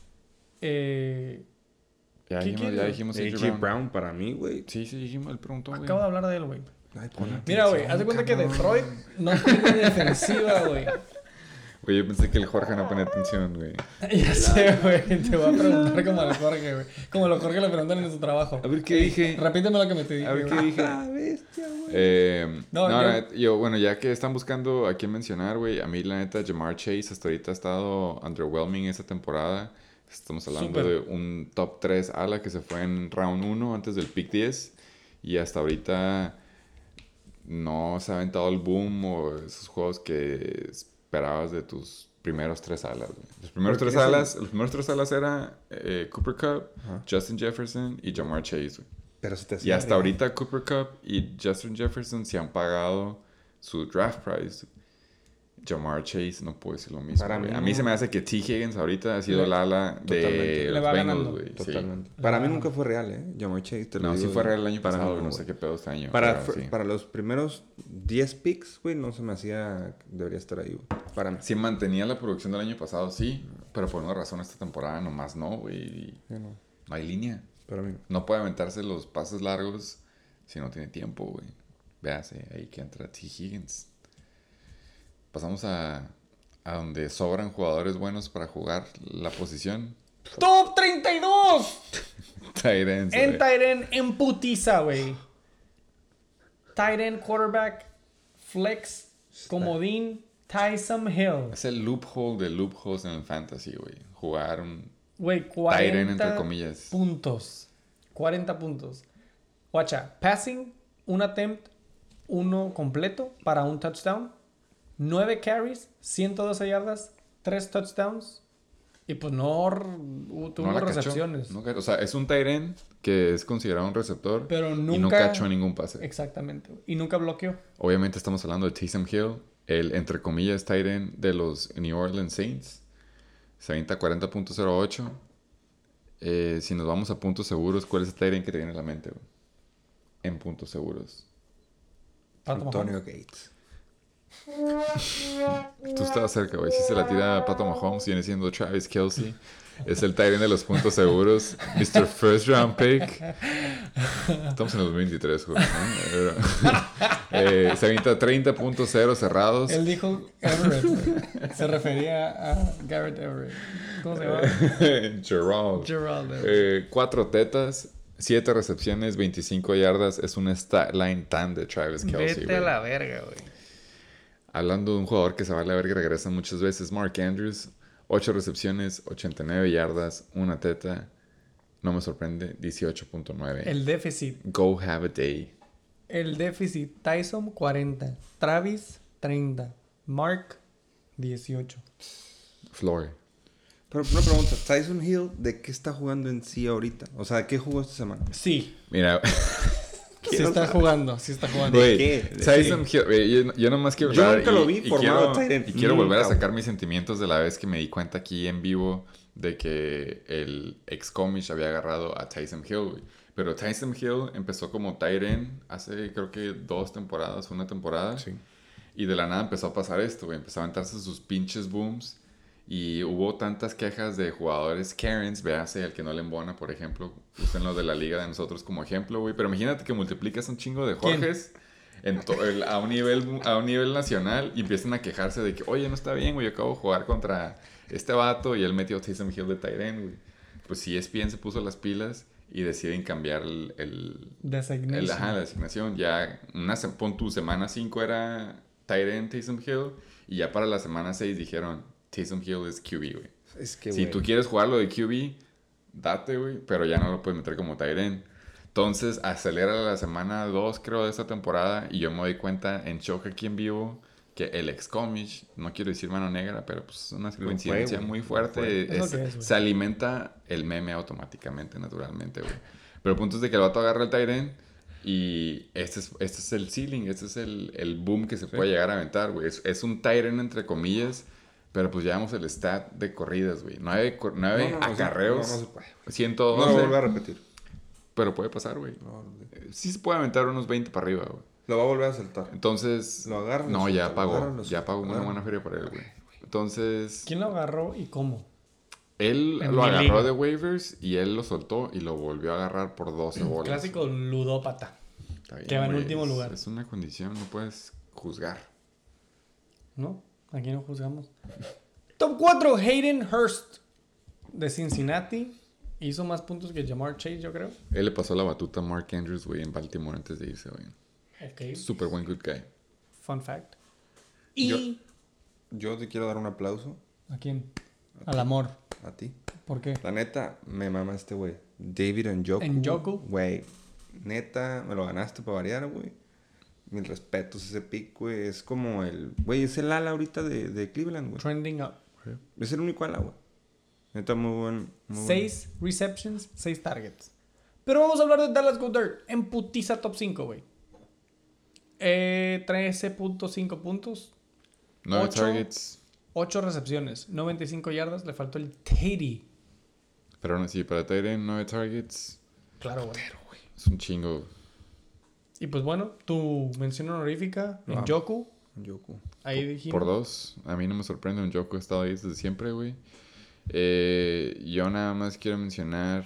Eh, Ya ¿Qué dijimos, quieres? ya dijimos A A J J Brown. Brown. para mí, güey. Sí, sí, dijimos, él preguntó, güey. acabo de hablar de él, güey. Ay, pon Mira, güey, haz de cuenta que Detroit no tiene defensiva, güey. Güey, yo pensé que el Jorge no ponía atención, güey. Ya sé, güey. Te voy a preguntar como al Jorge, güey. Como los Jorge le preguntan en su trabajo. A ver qué dije. Repíteme lo que me te dije. A ver qué güey. dije. Ah, bestia, güey. Eh, No, no, yo- la neta, yo, bueno, ya que están buscando a quién mencionar, güey, a mí la neta, Jamar Chase hasta ahorita ha estado underwhelming esta temporada. Estamos hablando Súper. de un top tres ala que se fue en round uno antes del pick diez. Y hasta ahorita no se ha aventado el boom o esos juegos que esperabas de tus primeros tres alas, güey. Los primeros Porque tres es el- alas, los primeros tres alas era eh, Cooper Cup, Ajá. Justin Jefferson y Jamar Chase, güey. Pero se te Y hacía hasta arriba. ahorita Cooper Cup y Justin Jefferson se han pagado su draft price. Jamar Chase no puedo decir lo mismo. Para güey. mí A mí no. se me hace que T. Higgins ahorita ha sido Le- el ala de Totalmente. los Le va Bengals, ganando. güey. Sí. Totalmente. Sí. Para mí Ah. nunca fue real, ¿eh? Jamar Chase, te lo No, digo sí fue de- real el año para pasado, mí, no güey. sé qué pedo este año. Para, pero sí. para los primeros diez picks, güey, no se me hacía... Debería estar ahí, güey. Para mí. Si mantenía la producción del año pasado, sí. Pero por una razón esta temporada nomás no, güey. y Ya no. No hay línea. Para mí. No puede aventarse los pases largos si no tiene tiempo, güey. Véase, ahí que entra T. Higgins. Pasamos a, a donde sobran jugadores buenos para jugar la posición. ¡Top treinta y dos! Tight ends, En güey. Tyren, en putiza, güey. Tyren, quarterback, flex, comodín, Tyson Hill. Es el loophole de loopholes en el fantasy, güey. Jugar un Güey, Tyren, cuarenta entre comillas. puntos. cuarenta puntos. Guacha, passing, un attempt, uno completo para un touchdown. nueve carries, ciento doce yardas, tres touchdowns. Y pues no r- uh, tuvo No la cachó. recepciones. No ca- o sea, es un tight end que es considerado un receptor. Pero Y no nunca- cachó ningún pase. Exactamente. Y nunca bloqueó. Obviamente estamos hablando de Taysom Hill, el entre comillas tight end de los New Orleans Saints. Se avienta cuarenta punto cero ocho. Eh, si nos vamos a puntos seguros, ¿cuál es el tight end que te viene a la mente, güey? En puntos seguros. Pato Antonio Mahomes. Gates. Tú estabas cerca, güey. Si se la tira a Pato Mahomes, viene siendo Travis Kelce. Es el tight end de los puntos seguros. mister First Round Pick. Estamos en el dos mil veintitrés, güey. ¿no? eh, se avienta treinta punto cero cerrados. Él dijo Everett, güey. Se refería a Garrett Everett. ¿Cómo se llama? Gerald. Gerald Everett. Eh, cuatro tetas, siete recepciones, veinticinco yardas. Es un stat line tan de Travis Kelce, Vete a güey. la verga, güey. Hablando de un jugador que se vale a ver que regresa muchas veces, Mark Andrews, ocho recepciones, ochenta y nueve yardas, una teta. No me sorprende, dieciocho punto nueve. El déficit. Go have a day. El déficit. Tyson, cuarenta. Travis, treinta. Mark, dieciocho. Floor. Pero una pregunta, Tyson Hill, ¿de qué está jugando en sí ahorita? O sea, ¿de qué jugó esta semana? Sí. Mira, Sí está jugando. Sí está jugando. güey, qué? ¿De Tyson Hill, güey, yo, yo nomás quiero Yo hablar nunca y- lo vi y formado quiero, tight end. y quiero volver a Nunca, sacar mis sentimientos de la vez que me di cuenta aquí en vivo de que el ex comish había agarrado a Tyson Hill, güey. Pero Tyson Hill empezó como tight end hace creo que dos temporadas, una temporada. Sí. Y de la nada empezó a pasar esto, güey. Empezó a aventarse sus pinches booms. Y hubo tantas quejas de jugadores Karens, véase el que no le embona, por ejemplo. Usen lo de la liga de nosotros como ejemplo, güey. Pero imagínate que multiplicas un chingo de Jorges en to- el- a, un nivel, a un nivel nacional y empiezan a quejarse de que, oye, no está bien, güey. Yo acabo de jugar contra este vato y él metió a Taysom Hill de tight end, güey. Pues sí, E S P N se puso las pilas y deciden cambiar el... el Designation. el, ajá, la designación. Ya, una, se- pon tu semana cinco era tight end Taysom Hill. Y ya para la semana seis dijeron, Taysom Hill es Q B, güey. Es que, Si güey, tú quieres jugarlo de Q B, date, güey. Pero ya no lo puedes meter como tight end. Entonces, acelera la semana dos, creo, de esta temporada. Y yo me doy cuenta en shock aquí en vivo que el ex comish, no quiero decir mano negra, pero pues es una fue, coincidencia güey. muy Lo fuerte. fue. Es lo es- que es, güey. se alimenta el meme automáticamente, naturalmente, güey. Pero el punto es de que el vato agarra el tight end. Y este es, este es el ceiling, este es el, el boom que se puede llegar a aventar, güey. Es, es un tight end entre comillas, pero pues llevamos el stat de corridas, güey. Nueve, cor- nueve No, no, no, acarreos, no, no se puede, güey. ciento No doce, lo vuelvo a repetir. pero puede pasar, güey. No, Eh, Sí se puede aventar unos veinte para arriba, güey. lo va a volver a saltar. Entonces, Lo agarran, lo no, ya sueltan, lo pagó, agarran, lo ya sueltan, pagó lo una agarran. buena feria por él, güey. Entonces, ¿Quién lo agarró y cómo? él En lo mi agarró liga. de waivers y él lo soltó y lo volvió a agarrar por doce bolas. Clásico ludópata. Está bien, que va en güey, último es- lugar. Es una condición, no puedes juzgar. ¿No? Aquí no juzgamos. Top cuatro, Hayden Hurst. De Cincinnati. Hizo más puntos que Jamar Chase, yo creo. Él le pasó la batuta a Mark Andrews, güey, en Baltimore antes de irse, güey. Ok. Super buen good guy. Fun fact. Y... Yo te quiero dar un aplauso ¿A quién? Al amor. a ti. ¿Por qué? La neta, me mama este güey. David Njoku. Njoku. Güey, neta, me lo ganaste para variar, güey. Mis respetos, ese pick, güey. Es como el... Güey, es el ala ahorita de, de Cleveland, güey. Trending up. Es el único ala, güey. Neta, muy buen... Muy buen. Seis receptions, seis targets. Pero vamos a hablar de Dallas Goddard. En putiza top cinco, güey. Eh, trece punto cinco puntos. Nueve Ocho. targets. ocho recepciones. noventa y cinco yardas. Le faltó el Teddy. Pero aún así, para Tyrion, nueve targets. Claro, güey. Es un chingo. Y pues bueno, tu mención honorífica en Ah. Joku. Njoku. Ahí dijimos. Por dos. A mí no me sorprende. Un Joko ha estado ahí desde siempre, güey. Eh, yo nada más quiero mencionar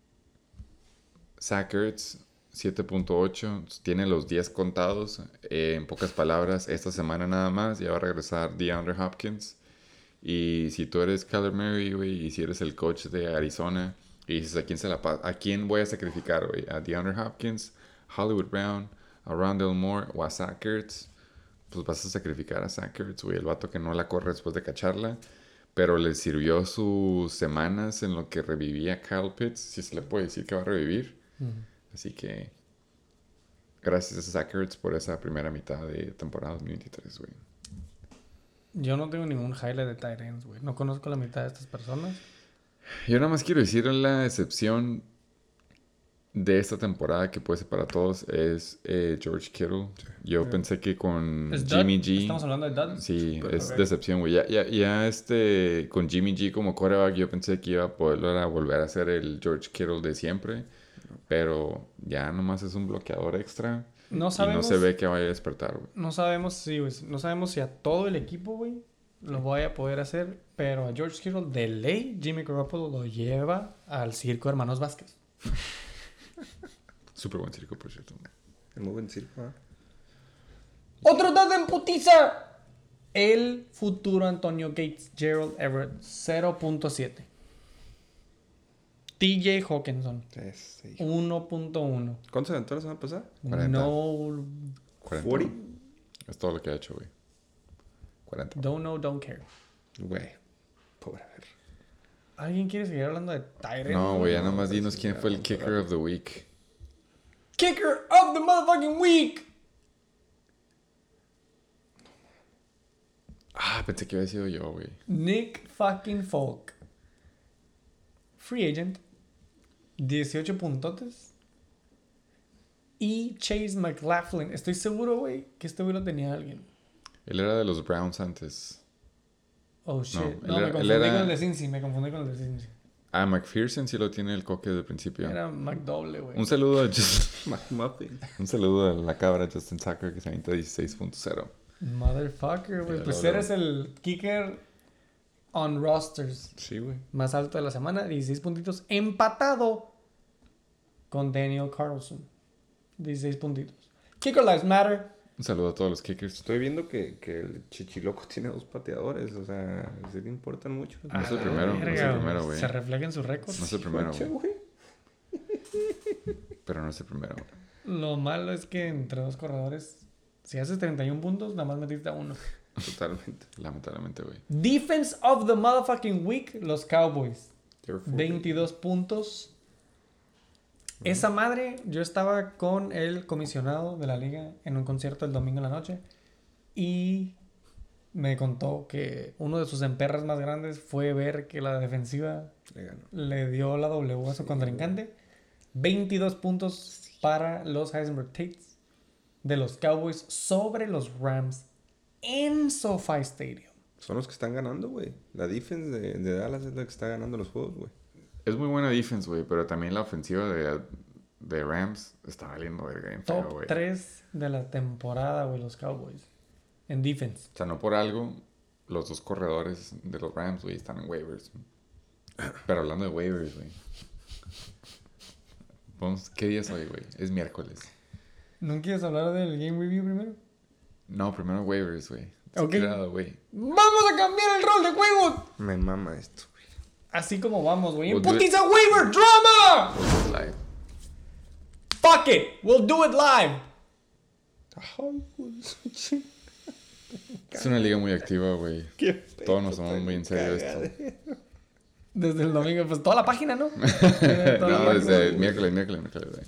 Zach Ertz, siete punto ocho. Tiene los diez contados. Eh, en pocas palabras, esta semana nada más. Ya va a regresar DeAndre Hopkins. Y si tú eres Kyler Murray, güey, y si eres el coach de Arizona, y dices, ¿a quién, se la pa- ¿a quién voy a sacrificar, güey? ¿A DeAndre Hopkins, Hollywood Brown, a Rondell Moore o a Zach Ertz? Pues vas a sacrificar a Zach Ertz, güey, el vato que no la corre después de cacharla. Pero le sirvió sus semanas en lo que revivía Kyle Pitts, si se le puede decir que va a revivir. Ujú. Así que gracias a Zach Ertz por esa primera mitad de temporada dos mil veintitrés, güey. Yo no tengo ningún highlight de tight ends, güey. No conozco la mitad de estas personas. Yo nada más quiero decir la excepción de esta temporada que puede ser para todos es eh, George Kittle. Yo pensé que con ¿Es Jimmy Dud? G... Estamos hablando de Dud. Sí, Pues, es ok. decepción, güey. Ya, ya, ya este, con Jimmy G como quarterback, yo pensé que iba a poder a volver a ser el George Kittle de siempre. Pero ya nomás es un bloqueador extra. No Y sabemos. no se ve que vaya a despertar, güey. No sabemos si, güey, no sabemos si a todo el equipo, güey, lo vaya a poder hacer. Pero a George Kittle, de ley, Jimmy Garoppolo lo lleva al circo Hermanos Vázquez. Súper buen circo, por cierto. Es muy buen circo, ¿eh? ¡Otro dato en putiza! El futuro Antonio Gates, Gerald Everett, cero punto siete. T J Hawkinson, Es, sí. uno punto uno. ¿Cuántos aventó la semana pasada? cuarenta. No, cuarenta. ¿cuarenta? Es todo lo que ha hecho, güey. cuarenta. don't know, don't care. Güey. Pobre ver. ¿Alguien quiere seguir hablando de Tyrant? No, güey, ya No, nomás pues, dinos quién ya, fue el vamos kicker a- of the week. Kicker of the motherfucking week. Ah, pensé que había sido yo, güey. Nick fucking Folk. Free agent. dieciocho puntotes. Y Chase McLaughlin. Estoy seguro, güey, que este güey lo tenía alguien. Él era de los Browns antes. Oh, shit. él No, era- me él confundí era- con el de Cincy. Me confundí con el de Cincy. Ah, McPherson sí lo tiene el coque desde el principio. Era McDouble, güey. Un saludo a Just- McMuffin. un saludo a la cabra Justin Tucker que se avienta dieciséis punto cero. Motherfucker, güey. Mira, Pues luego, eres el kicker on rosters Sí, güey. más alto de la semana. dieciséis puntitos. Empatado con Daniel Carlson. dieciséis puntitos. Kicker Lives Matter. Un saludo a todos los kickers. Estoy viendo que, que el Chichiloco tiene dos pateadores. O sea, sí le importan mucho. No es el A la primero, no es el verga, primero, güey. Se refleja en su récord. No es el primero, Ocho, güey. güey. Pero no es el primero, güey. Lo malo es que entre dos corredores, si haces treinta y uno puntos, nada más metiste a uno. Totalmente. Lamentablemente, güey. Defense of the motherfucking week, los Cowboys. Therefore, veintidós puntos. Esa madre, yo estaba con el comisionado de la liga en un concierto el domingo en la noche y me contó que uno de sus emperras más grandes fue ver que la defensiva le ganó. le dio la W a su contrincante. veintidós puntos para los Heisenberg Tates de los Cowboys sobre los Rams en SoFi Stadium. Son los que están ganando, güey. La defense de, de Dallas es la que está ganando los juegos, güey. Es muy buena defense, güey. Pero también la ofensiva de, de Rams está valiendo verga bien feo, Top güey. tres de la temporada, güey, los Cowboys. En defense. O sea, no por algo, los dos corredores de los Rams, güey, están en waivers. Pero hablando de waivers, güey. Vamos, ¿qué día es hoy, güey? Es miércoles. ¿No quieres hablar del game review primero? No, primero waivers, güey. Ok. Cuidado, güey. ¡Vamos a cambiar el rol de juegos! Me mama esto, güey. Así como vamos, güey. ¡En We'll do putiza waiver drama! We'll do it live. ¡Fuck it! We'll do it live. Ay, güey. Es una liga muy activa, güey. Qué Todos nos tomamos muy en serio esto. cagadero. Desde el domingo, pues toda la página, ¿no? Toda la No, página. desde el miércoles, miércoles, miércoles, güey.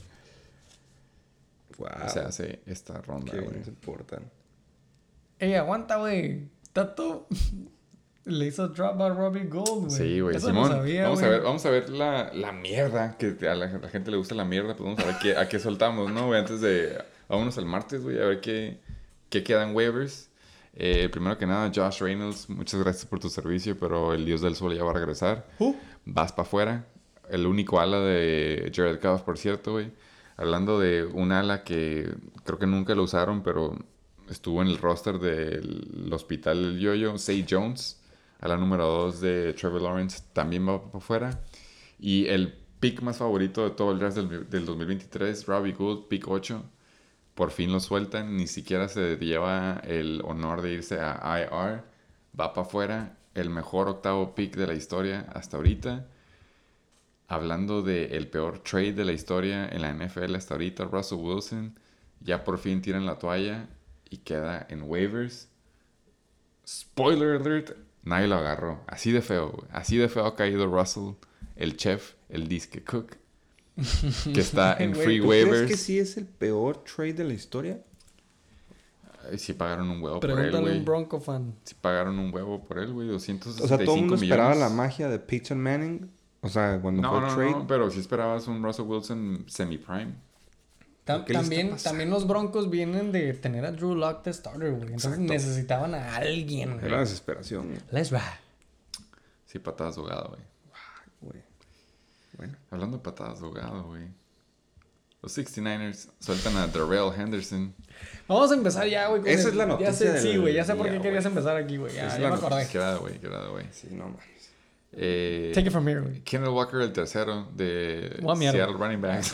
Wow. Se hace esta ronda, Qué güey. bien se portan. Ey, aguanta, güey. Tato le hizo drop a Robbie Gold, güey. Sí, güey. Eso Simón, no sabía, vamos, a güey. ver, vamos a ver la, la mierda que a la, a la gente le gusta la mierda. Pues vamos a ver qué, a qué soltamos, ¿no, güey? Antes de... Vámonos al martes, güey, a ver qué, qué quedan waivers. Eh, primero que nada, Josh Reynolds, muchas gracias por tu servicio, pero el Dios del Sol ya va a regresar. Uh. Vas para afuera. El único ala de Jared Goff, por cierto, güey. Hablando de un ala que creo que nunca lo usaron, pero estuvo en el roster del hospital El Yoyo, Zay Jones, a la número dos de Trevor Lawrence, también va para afuera. Y el pick más favorito de todo el draft del, del dos mil veintitrés, Robbie Gould, pick ocho. Por fin lo sueltan, ni siquiera se lleva el honor de irse a I R. Va para afuera, el mejor octavo pick de la historia hasta ahorita. Hablando del peor trade de la historia en la N F L hasta ahorita, Russell Wilson, ya por fin tiran la toalla y queda en waivers. Spoiler alert, nadie lo agarró. Así de feo, güey. Así de feo ha caído Russell, el chef, el disque cook, que está en Güey, free ¿Tú waivers. crees que sí es el peor trade de la historia? Ay, sí pagaron un huevo por él, Pregúntale a güey. un Bronco fan. Sí pagaron un huevo por él, güey. doscientos O sesenta y cinco sea, todo el mundo millones. esperaba la magia de Peyton Manning. O sea, cuando No, fue no, el trade. no, pero si esperabas un Russell Wilson semi-prime. Tam- ¿Qué le está también, pasando? también los Broncos vienen de tener a Drew Lock de starter, güey. Entonces Exacto. necesitaban a alguien, Era güey. desesperación, güey. Let's ride. Sí, patadas de ahogado, güey. Güey. Bueno. Hablando de patadas de ahogado, güey. Los sesenta y nueve ers sueltan a Darrell Henderson. Vamos a empezar ya, güey. Esa el, es la noticia. Ya sé, del sí, güey. Ya sé por qué día, querías güey. empezar aquí, güey. Ya, Es ya la me acordé. Qué raro, güey, qué raro, güey. Sí, no mames. Eh, Take it from here, güey. Kenneth Walker, el tercero de Oh, mierda. Seattle Running Backs,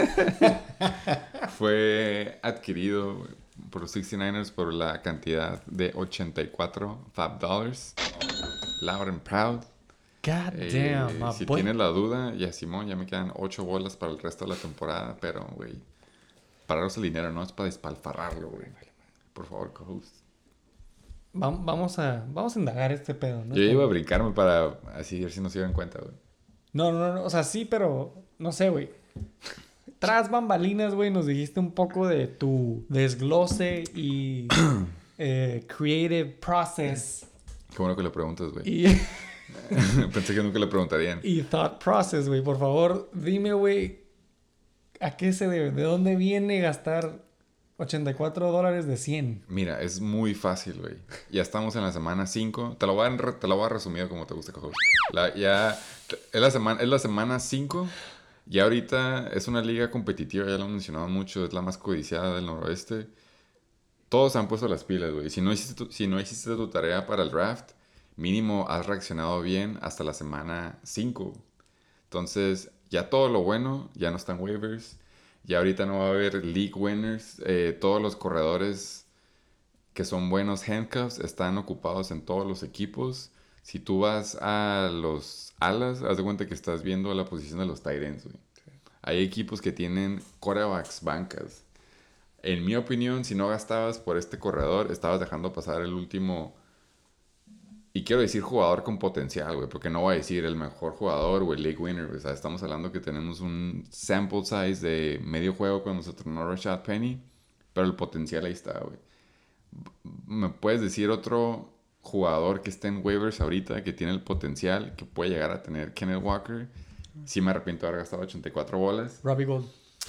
fue adquirido por los sesenta y nueve ers por la cantidad de ochenta y cuatro fab dollars. Loud and proud. God Eh, damn, my si boy. tienes la duda, ya Simón, ya me quedan ocho bolas para el resto de la temporada, pero, güey, pararos el dinero, no es para despalfarrarlo, güey. Por favor, co-host. Va- Vamos a, vamos a indagar este pedo, ¿no? Yo iba a brincarme para así ver si no se dieron cuenta, güey. No, no, no. O sea, sí, pero no sé, güey. Tras bambalinas, güey, nos dijiste un poco de tu desglose y eh, creative process Qué bueno que le preguntas, güey. y, Pensé que nunca le preguntarían. y thought process, güey. Por favor, dime, güey, ¿a qué se debe? ¿De dónde viene gastar ochenta y cuatro dólares de cien? Mira, es muy fácil, güey. Ya estamos en la semana cinco. Te lo voy a, re- te lo voy a resumir como te gusta, cojo. La, ya, es la semana, es la semana cinco. Y ahorita es una liga competitiva, ya lo han mencionado mucho. Es la más codiciada del noroeste. Todos se han puesto las pilas, güey. Si no hiciste tu, si no hiciste tu tarea para el draft, mínimo has reaccionado bien hasta la semana cinco. Entonces, ya todo lo bueno, ya no están waivers. Ya ahorita no va a haber league winners. Eh, todos los corredores que son buenos handcuffs están ocupados en todos los equipos. Si tú vas a los alas, haz de cuenta que estás viendo la posición de los tight ends, güey. Hay equipos que tienen quarterbacks bancas. En mi opinión, si no gastabas por este corredor, estabas dejando pasar el último... Y quiero decir jugador con potencial, güey, porque no voy a decir el mejor jugador o el league winner, güey. O sea, estamos hablando que tenemos un sample size de medio juego cuando se tornó Rashad Penny, pero el potencial ahí está, güey. ¿Me puedes decir otro jugador que esté en waivers ahorita que tiene el potencial que puede llegar a tener Kenneth Walker? Sí me arrepiento de haber gastado ochenta y cuatro bolas. Robbie Gold.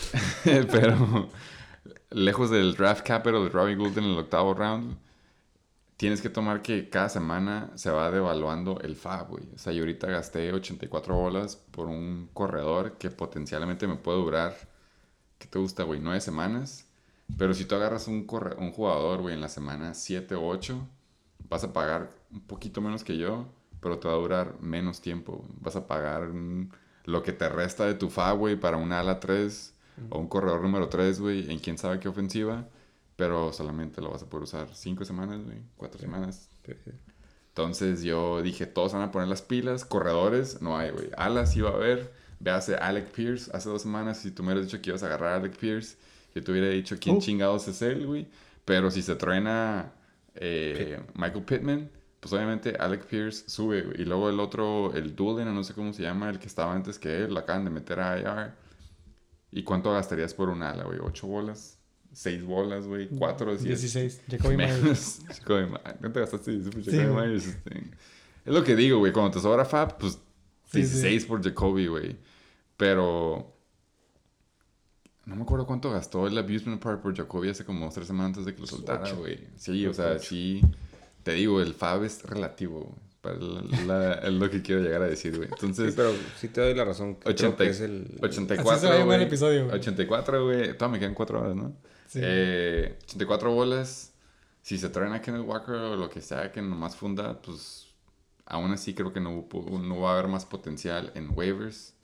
Pero lejos del draft capital de Robbie Gould en el octavo round, tienes que tomar que cada semana se va devaluando el fab, güey. O sea, yo ahorita gasté ochenta y cuatro bolas por un corredor que potencialmente me puede durar, ¿qué te gusta, güey? nueve semanas. Pero si tú agarras un, corre- un jugador, güey, en la semana siete o ocho, vas a pagar un poquito menos que yo, pero te va a durar menos tiempo, güey. Vas a pagar mm, lo que te resta de tu fab, güey, para un ala tres o un corredor número tres, güey, en quién sabe qué ofensiva. Pero solamente lo vas a poder usar cinco semanas, güey. Cuatro sí. semanas. Sí, sí. Entonces yo dije, todos van a poner las pilas. Corredores, no hay, güey. Alas iba a haber. Véase Alec Pierce hace dos semanas. Si tú me hubieras dicho que ibas a agarrar a Alec Pierce, yo te hubiera dicho quién uh. chingados es él, güey. Pero si se truena eh, Michael Pittman, pues obviamente Alec Pierce sube, güey. Y luego el otro, el Doolin, no sé cómo se llama, el que estaba antes que él, lo acaban de meter a I R. ¿Y cuánto gastarías por un ala, güey? ¿Ocho bolas? Seis bolas, güey. Cuatro, diez. dieciséis. Jacoby Myers. Jacoby Myers. ¿No te gastaste dieciséis por Jacoby Myers? Es lo que digo, güey. Cuando te sobra fab, pues dieciséis sí, sí. por Jacoby, güey. Pero... No me acuerdo cuánto gastó el Abusement Park por Jacoby hace como tres semanas antes de que lo soltara, güey. Sí, o sea, ocho. Sí. Te digo, el fab es relativo, para la, la, es lo que quiero llegar a decir, güey. Entonces... Sí, pero sí te doy la razón. ochenta, creo que es el... ochenta y cuatro, así se va a llamar el episodio, güey. ochenta y cuatro, güey. Todavía me quedan cuatro horas, ¿no? Sí. Eh, ochenta y cuatro bolas. Si se traen a Kenneth Walker o lo que sea que nomás funda, pues aún así creo que no, no va a haber más potencial en waivers.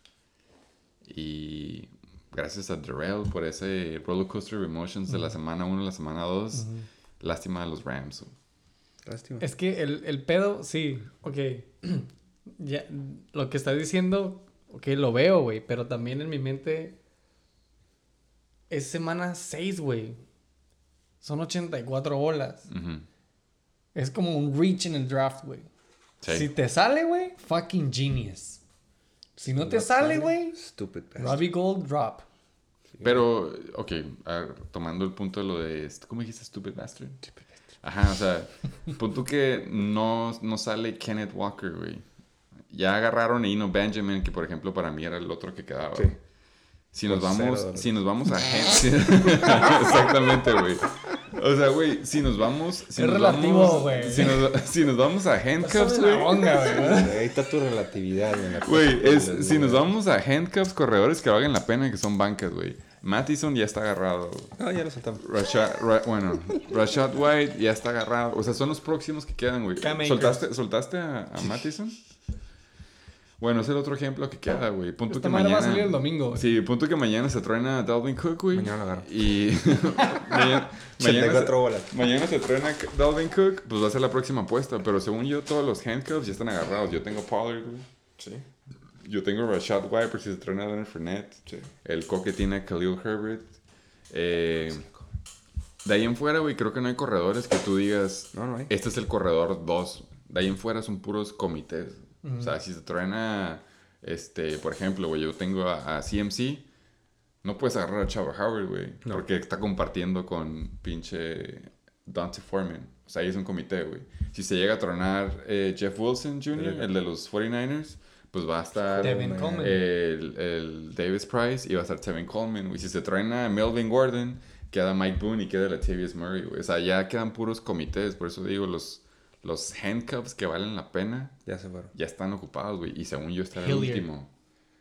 Y gracias a Darrell por ese rollercoaster of emotions uh-huh. de la semana uno a la semana dos. Uh-huh. Lástima de los Rams. Lástima. Es que el, el pedo, sí, ok. Ya, lo que estás diciendo, ok, lo veo, güey. Pero también en mi mente es semana seis, güey. Son ochenta y cuatro bolas. Uh-huh. Es como un reach en el draft, güey. Sí. Si te sale, güey, fucking genius. Si no, no te sale, güey, Robbie Gold, drop. Pero, ok, a ver, tomando el punto de lo de... ¿Cómo dijiste? Stupid bastard. Stupid bastard. Ajá, o sea, punto que no, no sale Kenneth Walker, güey. Ya agarraron a Eno Benjamin, que por ejemplo para mí era el otro que quedaba. Sí. Si nos Por vamos, cero, si nos vamos a... Exactamente, güey. O sea, güey, si nos vamos... Si es nos relativo, güey. Si nos, si nos vamos a handcuffs, güey. Ahí está tu relatividad, güey. Güey, es, si nos vamos a handcuffs, corredores que valgan la pena, que son bancas, güey. Mattison ya está agarrado. Ah, ya lo soltamos. Rashad, Ra- bueno, Rashad White ya está agarrado. O sea, son los próximos que quedan, güey. Cam Akers. ¿Soltaste, ¿Soltaste a, a Mattison? Bueno, es el otro ejemplo que queda, güey. Punto Esta que madre mañana... va a salir el domingo, güey. Sí, punto que mañana se truena Dalvin Cook, güey. Mañana lo agarro. Y... mañana, ochenta y cuatro se, bolas. mañana se truena Dalvin Cook, pues va a ser la próxima apuesta. Pero según yo, todos los handcuffs ya están agarrados. Yo tengo Pollard, güey. Sí. Yo tengo Rashad White por si se truena Leonard Fournette. Sí. El coque tiene a Khalil Herbert. Eh, de ahí en fuera, güey, creo que no hay corredores que tú digas... No, no hay. Este es el corredor dos. De ahí en fuera son puros comités. Ujú. O sea, si se truena... Este, por ejemplo, güey, yo tengo a, a C M C. No puedes agarrar a Chava Howard, güey. No. Porque está compartiendo con pinche Dante Foreman. O sea, ahí es un comité, güey. Si se llega a tronar eh, Jeff Wilson junior, Sí. el de los cuarenta y nueve ers, pues va a estar Devin man. Coleman. el, el Davis Price y va a estar Tevin Coleman, güey. Si se truena Melvin Gordon, queda Mike Boone y queda Latavius Murray, güey. O sea, ya quedan puros comités. Por eso digo, los, los handcuffs que valen la pena Ya se fueron. ya están ocupados, güey. Y según yo, está el Hilliard. último.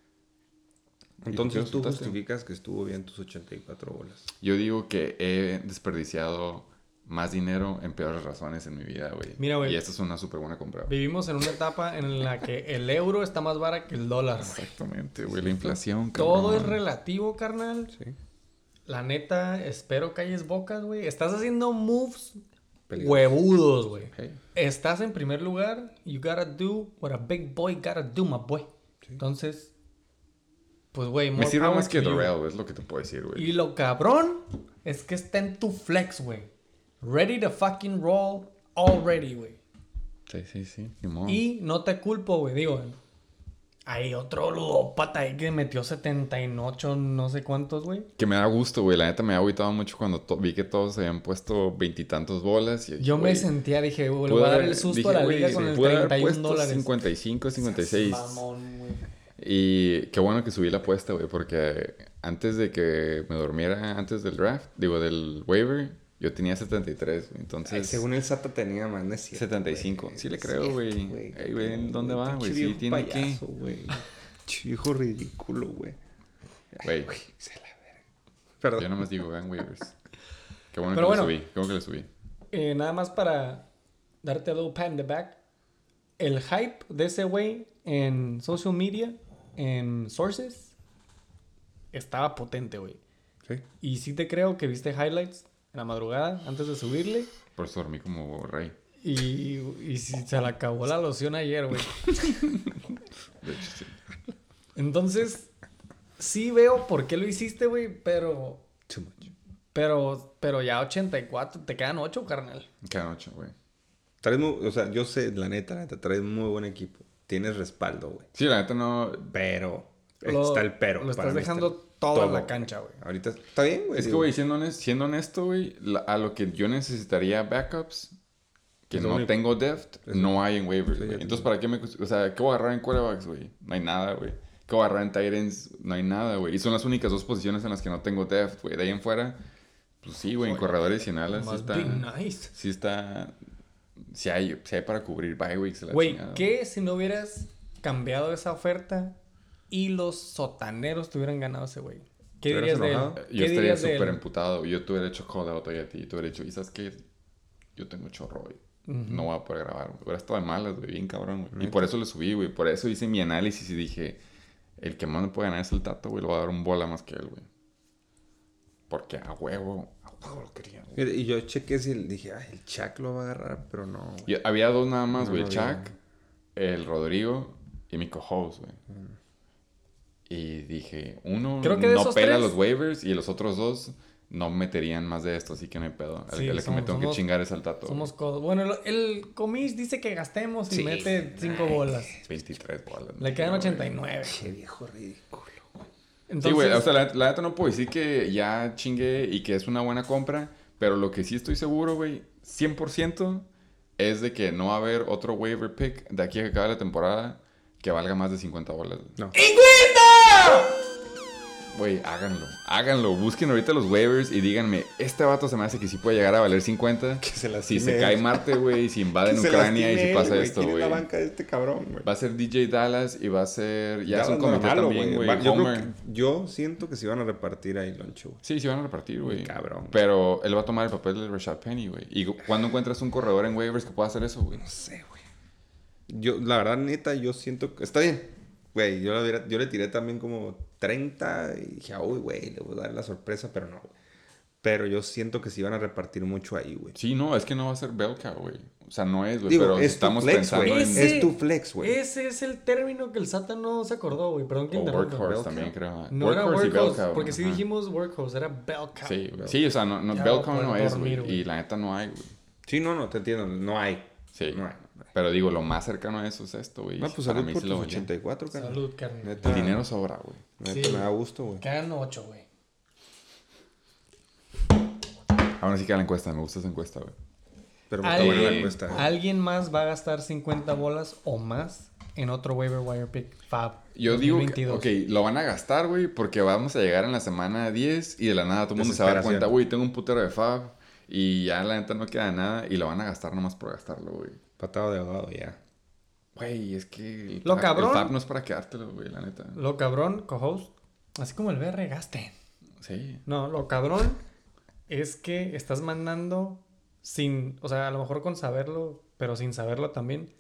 Entonces ¿Y tú tú soltaste? justificas que estuvo bien tus ochenta y cuatro bolas. Yo digo que he desperdiciado más dinero en peores razones en mi vida, güey. Mira, güey. Y esta es una súper buena compra. Vivimos en una etapa en la que el euro está más barato que el dólar, güey. Exactamente, güey. La inflación, Todo es cabrón. relativo, carnal. Sí. La neta, espero calles bocas, güey. Estás haciendo moves Peligroso. huevudos, güey. Hey. Estás en primer lugar. You gotta do what a big boy gotta do, my boy. Entonces, pues, güey, Me more sirve power más que to you. Darrell, es lo que te puedo decir, güey. Y lo cabrón es que está en tu flex, güey. Ready to fucking roll already, güey. Sí, sí, sí. Ni modo. Y no te culpo, güey. Digo, hay otro ludópata ahí que metió setenta y ocho, no sé cuántos, güey. Que me da gusto, güey. La neta me ha agüitado mucho cuando to- vi que todos se habían puesto veintitantos bolas. Y, Yo me güey, sentía, dije, güey, le pude voy a dar haber- el susto dije, a la güey, liga con sí, el pude haber treinta y uno puesto dólares. cincuenta y cinco, cincuenta y seis. Mamón, güey. Y qué bueno que subí la apuesta, güey, porque antes de que me durmiera, antes del draft, digo, del waiver, yo tenía setenta y tres, güey. Entonces, Ay, según el SATA tenía más de cien, setenta y cinco. güey. Sí le creo, güey. Cierto, Ey, güey, ¿dónde va, güey? Pinche Sí, viejo tiene que... payaso, güey. Chico ridículo, güey. Güey, Se la verga. Perdón. yo nomás digo, vean waivers. Qué bueno Pero que bueno. le subí, qué bueno que le subí. Eh, nada más para darte a little pat in the back. El hype de ese güey en social media, en sources, estaba potente, güey. Sí. Y sí te creo que viste highlights en la madrugada antes de subirle. Por eso dormí como rey. Y, y si se le acabó la loción ayer, güey. De hecho, sí. Entonces, sí veo por qué lo hiciste, güey, pero... Too much. Pero, pero ya ochenta y cuatro, te quedan ocho, carnal. Cada noche, güey. Traes muy, o sea, yo sé, la neta, la neta, traes muy buen equipo. Tienes respaldo, güey. Sí, la neta no... Pero, Lo- está el pero. Lo para estás mí dejando está todo en la güey. cancha, güey. Ahorita está bien, güey. Es que, digo, güey, siendo honesto, siendo honesto, güey, la- a lo que yo necesitaría backups, que Es lo no único. tengo depth, Es- no hay en waivers, Sí, güey. ya Entonces, te- ¿para qué me... O sea, ¿qué voy a agarrar en quarterbacks, güey? No hay nada, güey. ¿Qué voy a agarrar en tight ends? No hay nada, güey. Y son las únicas dos posiciones en las que no tengo depth, güey. De ahí en fuera, pues sí, güey, en Joder, corredores y en alas sí Must está... be nice. Sí está... Sí hay, sí hay para cubrir bye weeks. la Güey, chingada, ¿qué si no hubieras cambiado esa oferta y los sotaneros te hubieran ganado ese güey? ¿Qué ¿Te dirías hubieras de él? enojado? Yo ¿Qué estaría dirías de súper él? emputado. Yo te hubiera hecho call out ahí a ti. Tú hubieras dicho, ¿y sabes qué? Yo tengo chorro, güey. Ujú. No voy a poder grabar, güey. Hubiera estado de malas, güey. Bien cabrón, güey. Y por eso lo subí, güey. Por eso hice mi análisis y dije, el que más me puede ganar es el Tato, güey. Le voy a dar un bola más que él, güey. Porque a huevo, a huevo lo quería, güey. Fíjate, y yo chequé si dije, ay, el Chuck lo va a agarrar, pero no, güey. Y había dos nada más, No, güey. no el había. Chuck, el Rodrigo y mi co-host, güey. Mm. Y dije, uno Creo que de no esos pela tres- los waivers y los otros dos no meterían más de esto, así que no hay pedo. El, Sí, el que somos- me tengo somos- que chingar es al Tato. Somos codos. Bueno, el, el comis dice que gastemos y Sí. mete cinco bolas. veintitrés bolas. Le quedan no, ochenta y güey. nueve. Qué viejo ridículo, güey. Entonces, Sí, güey, o sea, la, la neta no puedo decir que ya chingué y que es una buena compra, pero lo que sí estoy seguro, güey, cien por ciento es de que no va a haber otro waiver pick de aquí a que acabe la temporada que valga más de cincuenta bolas. güey. No. Güey, háganlo. Háganlo. Busquen ahorita los waivers y díganme, este vato se me hace que sí puede llegar a valer cincuenta. Que se Si lastime se él. cae Marte, güey, si invaden Que se Ucrania y lastime si él, pasa güey. esto, ¿Quién es güey. la banca de este cabrón, güey? Va a ser D J Dallas y va a ser... Ya es un Dallas no era comité malo, también, güey. Va- Yo, creo Homer. que- yo siento que se iban a repartir ahí loncho, güey. Sí, sí van a repartir, güey. Cabrón. Pero él va a tomar el papel de Rashad Penny, güey. ¿Y cuándo encuentras un corredor en waivers que pueda hacer eso, güey? No sé, güey. Yo, la verdad, neta, yo siento que... Está bien. Güey, yo, le hubiera- yo le tiré también como treinta y dije, ah, uy, güey, le voy a dar la sorpresa, pero no, güey. Pero yo siento que se iban a repartir mucho ahí, güey. Sí, no, es que no va a ser Belka, güey. O sea, no es, güey. Digo, Pero es tu estamos flex, pensando güey. en... Ese- Es tu flex, güey. Ese es el término que el Sata no se acordó, güey. Perdón que O interrumpa. Workhorse Belka. también, creo. No era y Workhorse, Belka, porque sí ajá. dijimos Workhorse, era Belka. Sí, güey. Sí, o sea, no, no, Ya Belka voy a no poder es, dormir, güey. güey. Y la neta no hay, güey. Sí, no, no, te entiendo. No hay. Sí. No hay. Pero digo, lo más cercano a eso es esto, güey. No, pues Para salud mí por sí tus lo valía. ochenta y cuatro, carnal. Salud, carnal. Neta, El dinero sobra, güey. neta Sí. me da gusto, güey. Quedan ocho, güey. Ahora sí que la encuesta. Me gusta esa encuesta, güey. Pero me está buena la ¿Alguien, encuesta. ¿eh? ¿Alguien más va a gastar cincuenta bolas o más en otro waiver wire pick Fab? Yo digo que, dos mil veintidós? ok, lo van a gastar, güey, porque vamos a llegar en la semana diez y de la nada todo el mundo se va a dar Desesperación. cuenta, güey, tengo un putero de Fab y ya la neta no queda nada y lo van a gastar nomás por gastarlo, güey. Patado de ahogado, ya. Güey, es que el, Lo Fab- cabrón. el Fab no es para quedártelo, güey, la neta. Lo cabrón, co-host, así como el B R, gasten. Sí. No, lo cabrón es que estás mandando sin, o sea, a lo mejor con saberlo, pero sin saberlo también,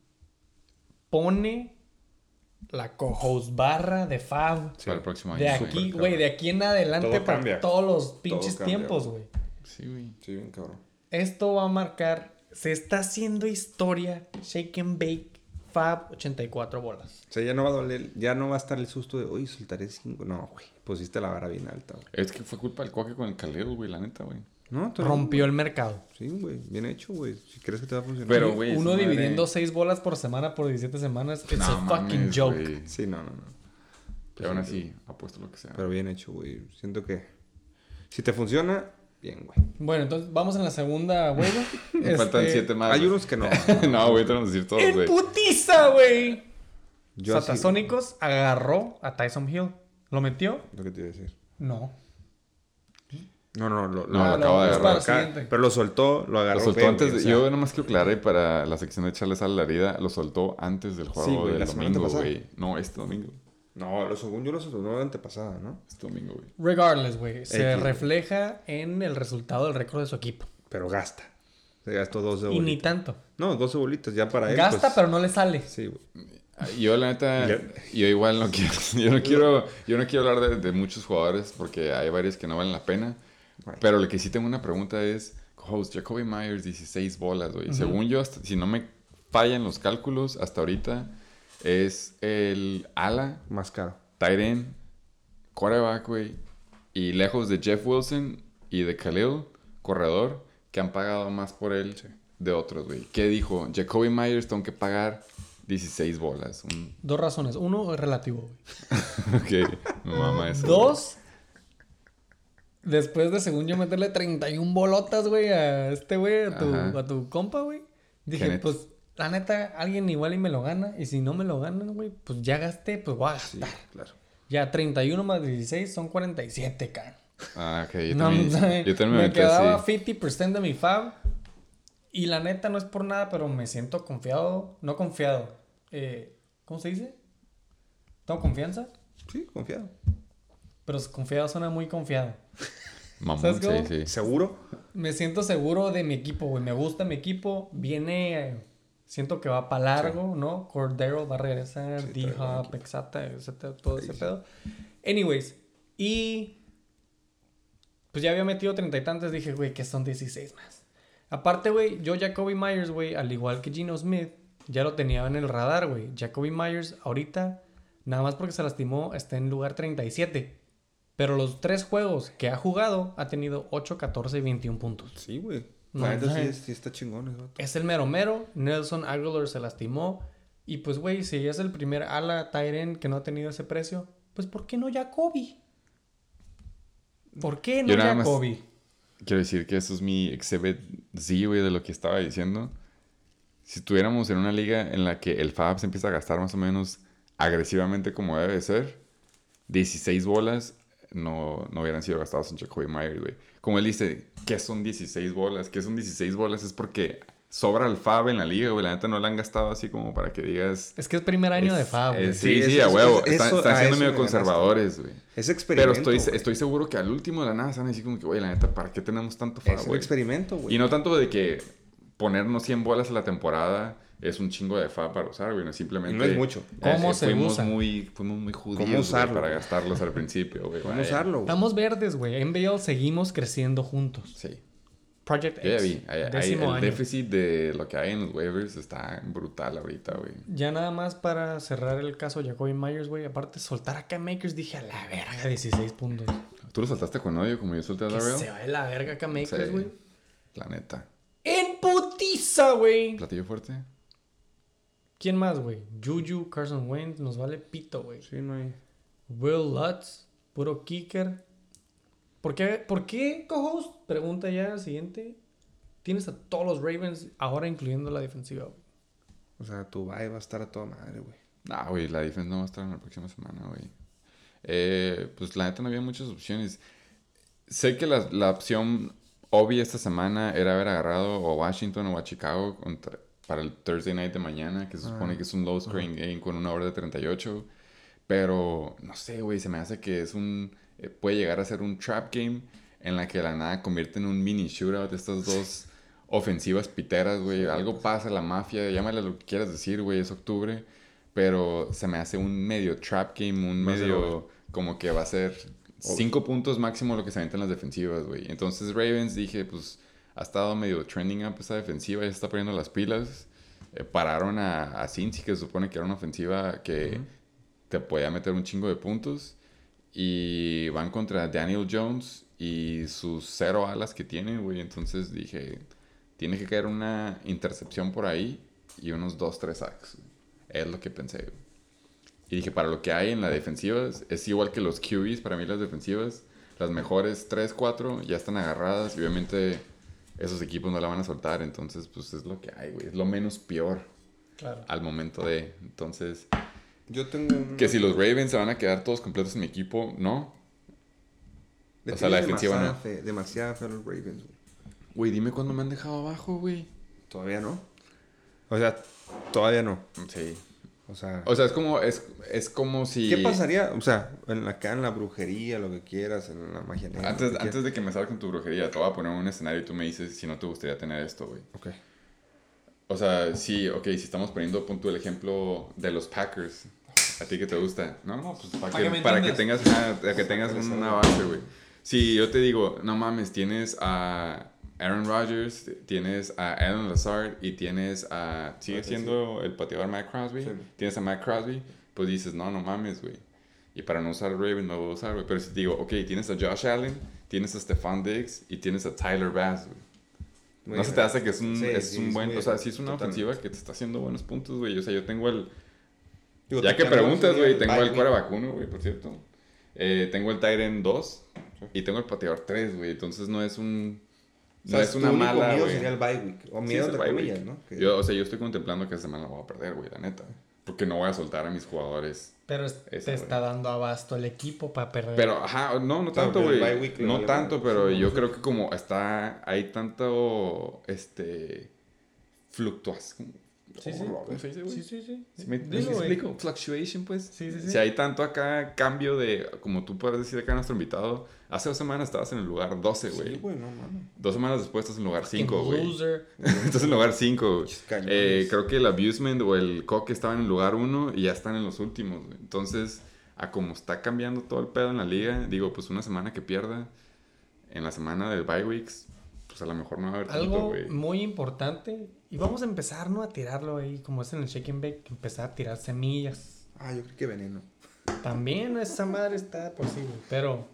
pone la co-host barra de Fab Para el próximo año. de güey. aquí, güey, de aquí en adelante Todo para cambia. todos los pinches cambia, tiempos, güey. güey. Sí, güey. Sí, bien cabrón. Esto va a marcar, se está haciendo historia, Shake and Bake, Fab, ochenta y cuatro bolas. O sea, ya no va a doler, ya no va a estar el susto de, uy, soltaré cinco. No, güey, pusiste la vara bien alta, güey. Es que fue culpa del coque con el Caleo, güey, la neta, güey. No, está bien, Rompió el mercado. güey. Sí, güey, bien hecho, güey. Si crees que te va a funcionar. Pero, güey, Uno esa madre- dividiendo seis bolas por semana por diecisiete semanas, it's No a fucking mames, joke. güey. Sí, no, no, no. Pero aún así, apuesto lo que sea. Pero bien hecho, güey. Siento que si te funciona, bien, güey. Bueno, entonces vamos en la segunda waiver. Me faltan Este, siete más. Hay güey. unos que no. No, güey, tenemos que decir todos, ¡En güey. putiza, güey! Yo así- Satasónicos agarró a Tyson Hill. ¿Lo metió? Lo que te iba a decir. No. No, no, lo, No, Ah, lo acabo de es agarrar. para el acá, siguiente. pero lo soltó, lo agarró. Lo soltó bien, antes güey, de... o sea, Yo nomás quiero aclarar ahí para la sección de echarle sal a la herida. Lo soltó antes del juego Sí, güey, del la semana domingo, antepasada. güey. No, este domingo. No, lo, según yo lo soltó la antepasada, ¿no? Este domingo, güey. Regardless, güey. Se X. refleja en el resultado del récord de su equipo. Pero gasta. Se gastó doce Y ni bolitas. tanto. No, doce bolitas ya para él. Gasta, pues, pero no le sale. Sí, güey. Yo, la neta, Ya- yo igual no quiero... Yo no quiero, yo no quiero hablar de, de muchos jugadores porque hay varios que no valen la pena. Bueno. Pero lo que sí tengo una pregunta es... Host, Jacoby Myers, dieciséis bolas, güey. Según yo, hasta- si no me fallan los cálculos, hasta ahorita es el ala, Más caro. tight end, quarterback, güey. Y lejos de Jeff Wilson y de Khalil, corredor, que han pagado más por él de otros, güey. ¿Qué dijo? Jacoby Myers tengo que pagar dieciséis bolas. Un... Dos razones. Uno, es relativo, güey. Ok, me mama eso. Dos, después de, según yo, meterle treinta y una bolotas, güey, a este güey, a tu, Ajá. a tu compa, güey. Dije, Kenneth. pues, la neta, alguien igual y me lo gana. Y si no me lo ganan, güey, pues ya gasté, pues voy a Sí, gastar. claro. Ya, treinta y uno más dieciséis son cuarenta y siete, cara. Ah, ok. Yo No, también, ¿sabes? yo también me, me metí quedaba así. cincuenta por ciento de mi fab. Y la neta no es por nada, pero me siento confiado. No confiado. Eh, ¿Cómo se dice? ¿Tengo confianza? Sí, confiado. Pero confiado suena muy confiado. Mamón, ¿Sabes sí, cómo? sí. ¿Seguro? Me siento seguro de mi equipo, güey. Me gusta mi equipo. Viene... eh, siento que va para largo, ¿no? Cordero va a regresar. Sí, D-Hop, Exata, etcétera, todo ese pedo. Anyways. Y... Pues ya había metido treinta y tantos. Dije, güey, que son dieciséis más. Aparte, güey, yo Jacoby Myers, güey, al igual que Geno Smith, ya lo tenía en el radar, güey. Jacoby Myers ahorita, nada más porque se lastimó, está en lugar treinta y siete. Pero los tres juegos que ha jugado, ha tenido ocho, catorce y veintiún puntos. Sí, güey. No, La neta sí, no. es- sí está chingón, ese vato. Es el mero mero. Nelson Aguilar se lastimó. Y pues, güey, si es el primer ala tight end que no ha tenido ese precio, pues ¿por qué no Jacoby? ¿Por qué no Yo nada más- Jacoby? Quiero decir que eso es mi exhibit Z, güey, de lo que estaba diciendo. Si estuviéramos en una liga en la que el Fab se empieza a gastar más o menos agresivamente como debe de ser, dieciséis bolas no, no hubieran sido gastados en Jacoby Myers, güey. Como él dice, ¿qué son dieciséis bolas? ¿Qué son dieciséis bolas? Es porque sobra el F A B en la liga, güey. La neta no la han gastado así como para que digas... Es que es primer año es, de F A B, güey. es, Sí, Sí, sí, es- a huevo. es- Están, eso- están a siendo eso medio me conservadores, güey. Es Pero experimento. estoy, güey. estoy seguro que al último de la nada se van a decir como que, güey, la neta, ¿para qué tenemos tanto F A B, Es un güey? experimento, güey. Y no tanto de que ponernos cien bolas a la temporada es un chingo de F A para usar, güey. No, simplemente... No es mucho. ¿Cómo eh, se fuimos usa? Muy, fuimos muy judíos, ¿Cómo güey, usarlo, para güey? gastarlos al principio, güey. ¿Cómo Vaya. usarlo, güey? Estamos verdes, güey. En N B L seguimos creciendo juntos. Sí. Project Yo ya X. vi. Hay- hay- décimo el año. déficit de lo que hay en los waivers está brutal ahorita, güey. Ya nada más para cerrar el caso de Jacoby Myers, güey. Aparte, soltar a Cam Akers, dije a la verga, dieciséis puntos. ¿Tú lo saltaste con odio como yo solté a Que Darrell? se va de la verga Cam Akers, Sí. güey. La neta. En putiza, güey. ¿Platillo fuerte? ¿Quién más, güey? Juju, Carson Wentz, nos vale pito, güey. Sí, no hay... Will Lutz, puro kicker. ¿Por qué, ¿Por qué, co-host? Pregunta ya, siguiente. Tienes a todos los Ravens, ahora incluyendo la defensiva, güey. O sea, tu bye va a estar a toda madre, güey. No, güey, la defensa no va a estar en la próxima semana, güey. Eh, pues la neta no había muchas opciones. Sé que la, la opción obvia esta semana era haber agarrado a Washington o a Chicago contra, para el Thursday night de mañana, que se supone Ah. que es un low scoring game con una hora de treinta y ocho. Pero, no sé, güey, se me hace que es un... eh, puede llegar a ser un trap game en la que de la nada convierte en un mini shootout de estas dos ofensivas piteras, güey. Algo pasa, la mafia, llámale lo que quieras decir, güey, es octubre. Pero se me hace un medio trap game, un Va a ser medio como que va a ser cinco puntos máximo lo que se aventan las defensivas, güey. Entonces Ravens dije, pues ha estado medio trending up esa defensiva, ya se está poniendo las pilas. Eh, pararon a, a Cincy, que se supone que era una ofensiva que Ujú. te podía meter un chingo de puntos. Y van contra Daniel Jones y sus cero alas que tiene, güey. Entonces dije, tiene que caer una intercepción por ahí y unos dos, tres sacks. Es lo que pensé, güey. Y dije, para lo que hay en la defensiva, es igual que los Q Bs, para mí las defensivas, las mejores tres, cuatro ya están agarradas y obviamente esos equipos no la van a soltar, entonces pues es lo que hay, güey, es lo menos peor Claro. al momento de, entonces, Yo tengo un... que si los Ravens se van a quedar todos completos en mi equipo, no. Le O sea, la tienes defensiva demasiada no. fe- demasiada fe a los Ravens, güey. Güey, dime cuándo me han dejado abajo, güey. Todavía no. O sea, todavía no. Sí. O sea... O sea, es como, es, es como si... ¿Qué pasaría? O sea, en la, acá en la brujería, lo que quieras, en la magia negra. Antes, lo que antes de que me salga con tu brujería, te voy a poner un escenario y tú me dices si no te gustaría tener esto, güey. quieras. Ok. O sea, sí, ok, si estamos poniendo, pon tú el ejemplo de los Packers. ¿A ti que te gusta? No, no, pues para, Para que, que me para que entiendas. tengas, una, para que tengas una base, güey. Si yo te digo, no mames, tienes a Aaron Rodgers, tienes a Alan Lazard y tienes a... ¿Sigue Ah, sí, siendo el pateador Matt Crosby? Sí. Tienes a Matt Crosby, pues dices, no, no mames, güey. Y para no usar Raven no lo voy a usar, güey. Pero si te digo, ok, tienes a Josh Allen, tienes a Stephon Diggs y tienes a Tyler Bass, güey. Muy No se te bien. hace que es un, Sí, es sí, un es buen... muy- O sea, sí es una totalmente. ofensiva que te está haciendo buenos puntos, güey. O sea, yo tengo el... Digo, Ya te que quedan preguntas, dos güey, días, tengo bye, el güey. quarterback uno, güey, por cierto. Eh, tengo el tight end dos y tengo el pateador tres, güey. Entonces no es un... O No sea, es tu una único mala, miedo güey. sería el bye week. O Sí, miedo es el entre bye comillas, week. ¿no? Que- Yo, o sea, yo estoy contemplando que esta semana la voy a perder, güey, la neta. Porque no voy a soltar a mis jugadores. Pero es- Esa, te güey. está dando abasto el equipo para perder. Pero, ajá, no, no Claro, tanto, pero el güey. bye week le No vale tanto, madre. pero Sí, yo sí. creo que como está... Hay tanto, este... Fluctuación. Sí, sí. ¿Cómo se dice, güey? Sí, sí, sí. ¿Sí ¿Me, Dilo, me güey. explico? Fluctuation, pues. Sí, sí, sí. Si hay tanto acá cambio de, como tú puedes decir acá nuestro invitado, hace dos semanas estabas en el lugar doce, güey. Sí, güey, no mames. Dos semanas después estás en el lugar cinco, Fucking güey. Loser. Estás en el lugar cinco, güey. Cañones. Eh, creo que el Abusement o el Coque estaban en el lugar uno y ya están en los últimos, güey. Entonces, a como está cambiando todo el pedo en la liga, digo, pues una semana que pierda, en la semana del bye weeks, pues a lo mejor no va a haber tanto, Algo güey. muy importante. Y vamos a empezar, ¿no? A tirarlo ahí, como es en el Shake and Bake, empezar a tirar semillas. Ah, yo creo que veneno. También esa madre está posible. Pero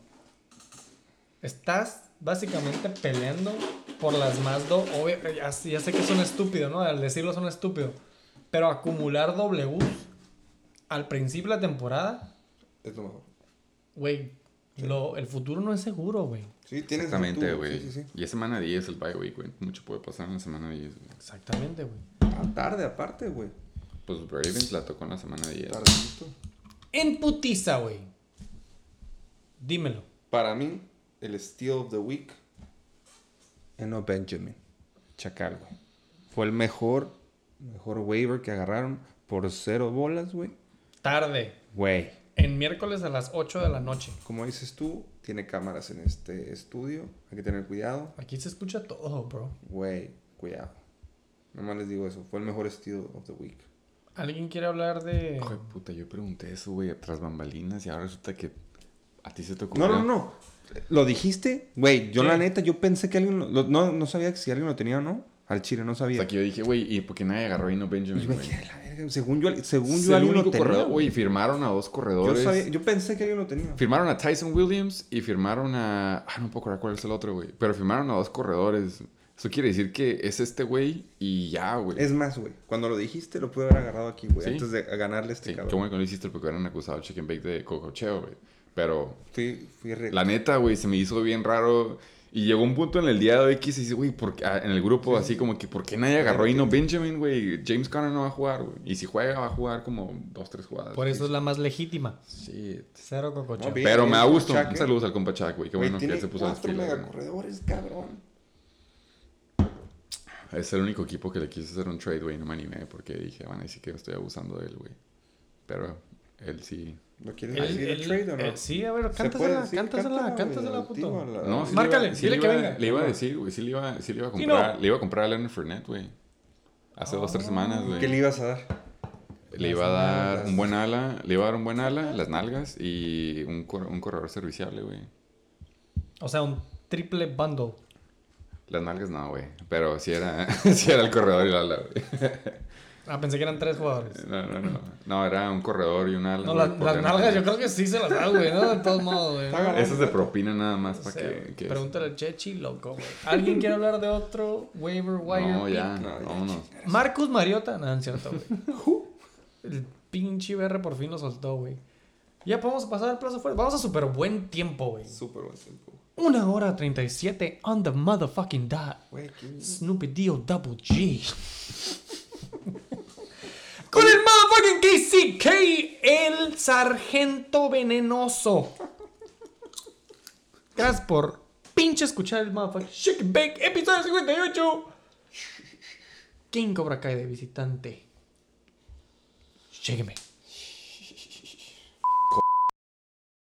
estás básicamente peleando por las más dos. Ya, ya sé que son estúpido, ¿no? Al decirlo son estúpido. Pero acumular Ws al principio de la temporada, Es lo mejor. güey, lo- el futuro no es seguro, güey. Sí, tienes Exactamente, tú, güey. Sí, sí, sí. Y es semana diez el bye week, güey. Mucho puede pasar en la semana diez, güey. Exactamente, güey. Ah, tarde, aparte, güey. Pues Ravens la tocó en la semana diez. Tardito. En putiza, güey. Dímelo. Para mí, el Steal of the Week, Eno Benjamin. Chacal, güey. Fue el mejor, mejor waiver que agarraron por cero bolas, güey. Tarde. Güey. En miércoles a las ocho de la noche. Como dices tú, tiene cámaras en este estudio. Hay que tener cuidado. Aquí se escucha todo, bro. Güey, cuidado. Nomás les digo eso. Fue el mejor Steal of the Week. ¿Alguien quiere hablar de...? Oye, puta, yo pregunté eso, güey, tras bambalinas y ahora resulta que a ti se te ocurrió. No, no, no. ¿Lo dijiste? Güey, yo Sí. la neta, yo pensé que alguien... Lo, lo- no, no sabía si alguien lo tenía o no. Al chile, no O sabía. sea, que yo dije, güey, ¿y por qué nadie agarró a Eno Benjamin, Y me güey? quedé la verga. Según yo, según Es yo el alguien lo único tenía. corredor, güey, firmaron a dos Yo, corredores. sabía- yo pensé que alguien lo tenía. Firmaron a Tyson Williams y firmaron a... Ah, no puedo acordar cuál es el otro, güey. Pero firmaron a dos corredores. Eso quiere decir que es este güey y ya, güey. Es más, güey. Cuando lo dijiste, lo pude haber agarrado aquí, güey. ¿Sí? Antes de ganarle a este Sí, qué cabrón. bueno que no lo hiciste porque hubieran acusado al chicken bake de cococheo, güey. Pero Fui, fui re... la neta, güey, se me hizo bien raro. Y llegó un punto en el día de hoy que se dice, güey, ¿por qué- ah, en el grupo así como que, ¿por qué nadie agarró a Eno Benjamin, güey? James Conner no va a jugar, güey. Y si juega, va a jugar como dos, tres jugadas. Por eso es la más legítima. Sí. Cero cococheo. No, bien. Pero me da gusto. Chuck, ¿eh? Saludos al compa Chuck, güey. Qué Güey, bueno que tiene él se puso las cuatro pilas, güey. megacorredores, cabrón. Es el único equipo que le quise hacer un trade, güey. No me animé porque dije, van a decir que estoy abusando de él, güey. Pero él sí. ¿Lo quieres Él- decir el él- trade o no? eh, sí, a ver, ¿Se puede cántasela, decir? cántasela, Cántala, cántasela, güey, puto. al tío, a la- No, sí Márcale, le iba- sí dile le que iba- venga. Le iba a decir, güey. Sí le iba, sí le iba a Sí, comprar. no. Le iba a comprar a Leonard Fournette, güey. Hace dos, tres semanas, güey. ¿Qué le ibas a dar? Le iba a dar nalgas. un buen ala. Le iba a dar un buen ala, las nalgas y un, cor- un corredor serviciable, güey. O sea, un triple bundle. Las nalgas no, güey. Pero sí era, sí era el corredor y el ala, güey. Ah, pensé que eran tres jugadores. No, no, no. No, era un corredor y un ala. No, güey, las, por las Leonard nalgas yo Fournette. creo que sí se las da, güey, ¿no? De todos modos, güey. ¿no? Eso es de propina nada más O para sea, que... que pregúntale al Chechi, loco, güey. ¿Alguien quiere hablar de otro waiver wire No, pick? ya, No, ya, vámonos. Marcus Mariota. No, no es cierto, güey. El pinche B R por fin lo soltó, güey. Ya podemos pasar al plazo fuerte. Vamos a súper buen tiempo, güey. Súper buen tiempo. Una hora treinta y siete on the motherfucking dot. Güey, ¿qué? Snoopy Dio Double G. Con el motherfucking K C K, el sargento venenoso. Gracias por pinche escuchar el motherfucking Shake and Bake, episodio cincuenta y ocho. King Cobra Kai de visitante. Shake and Bake.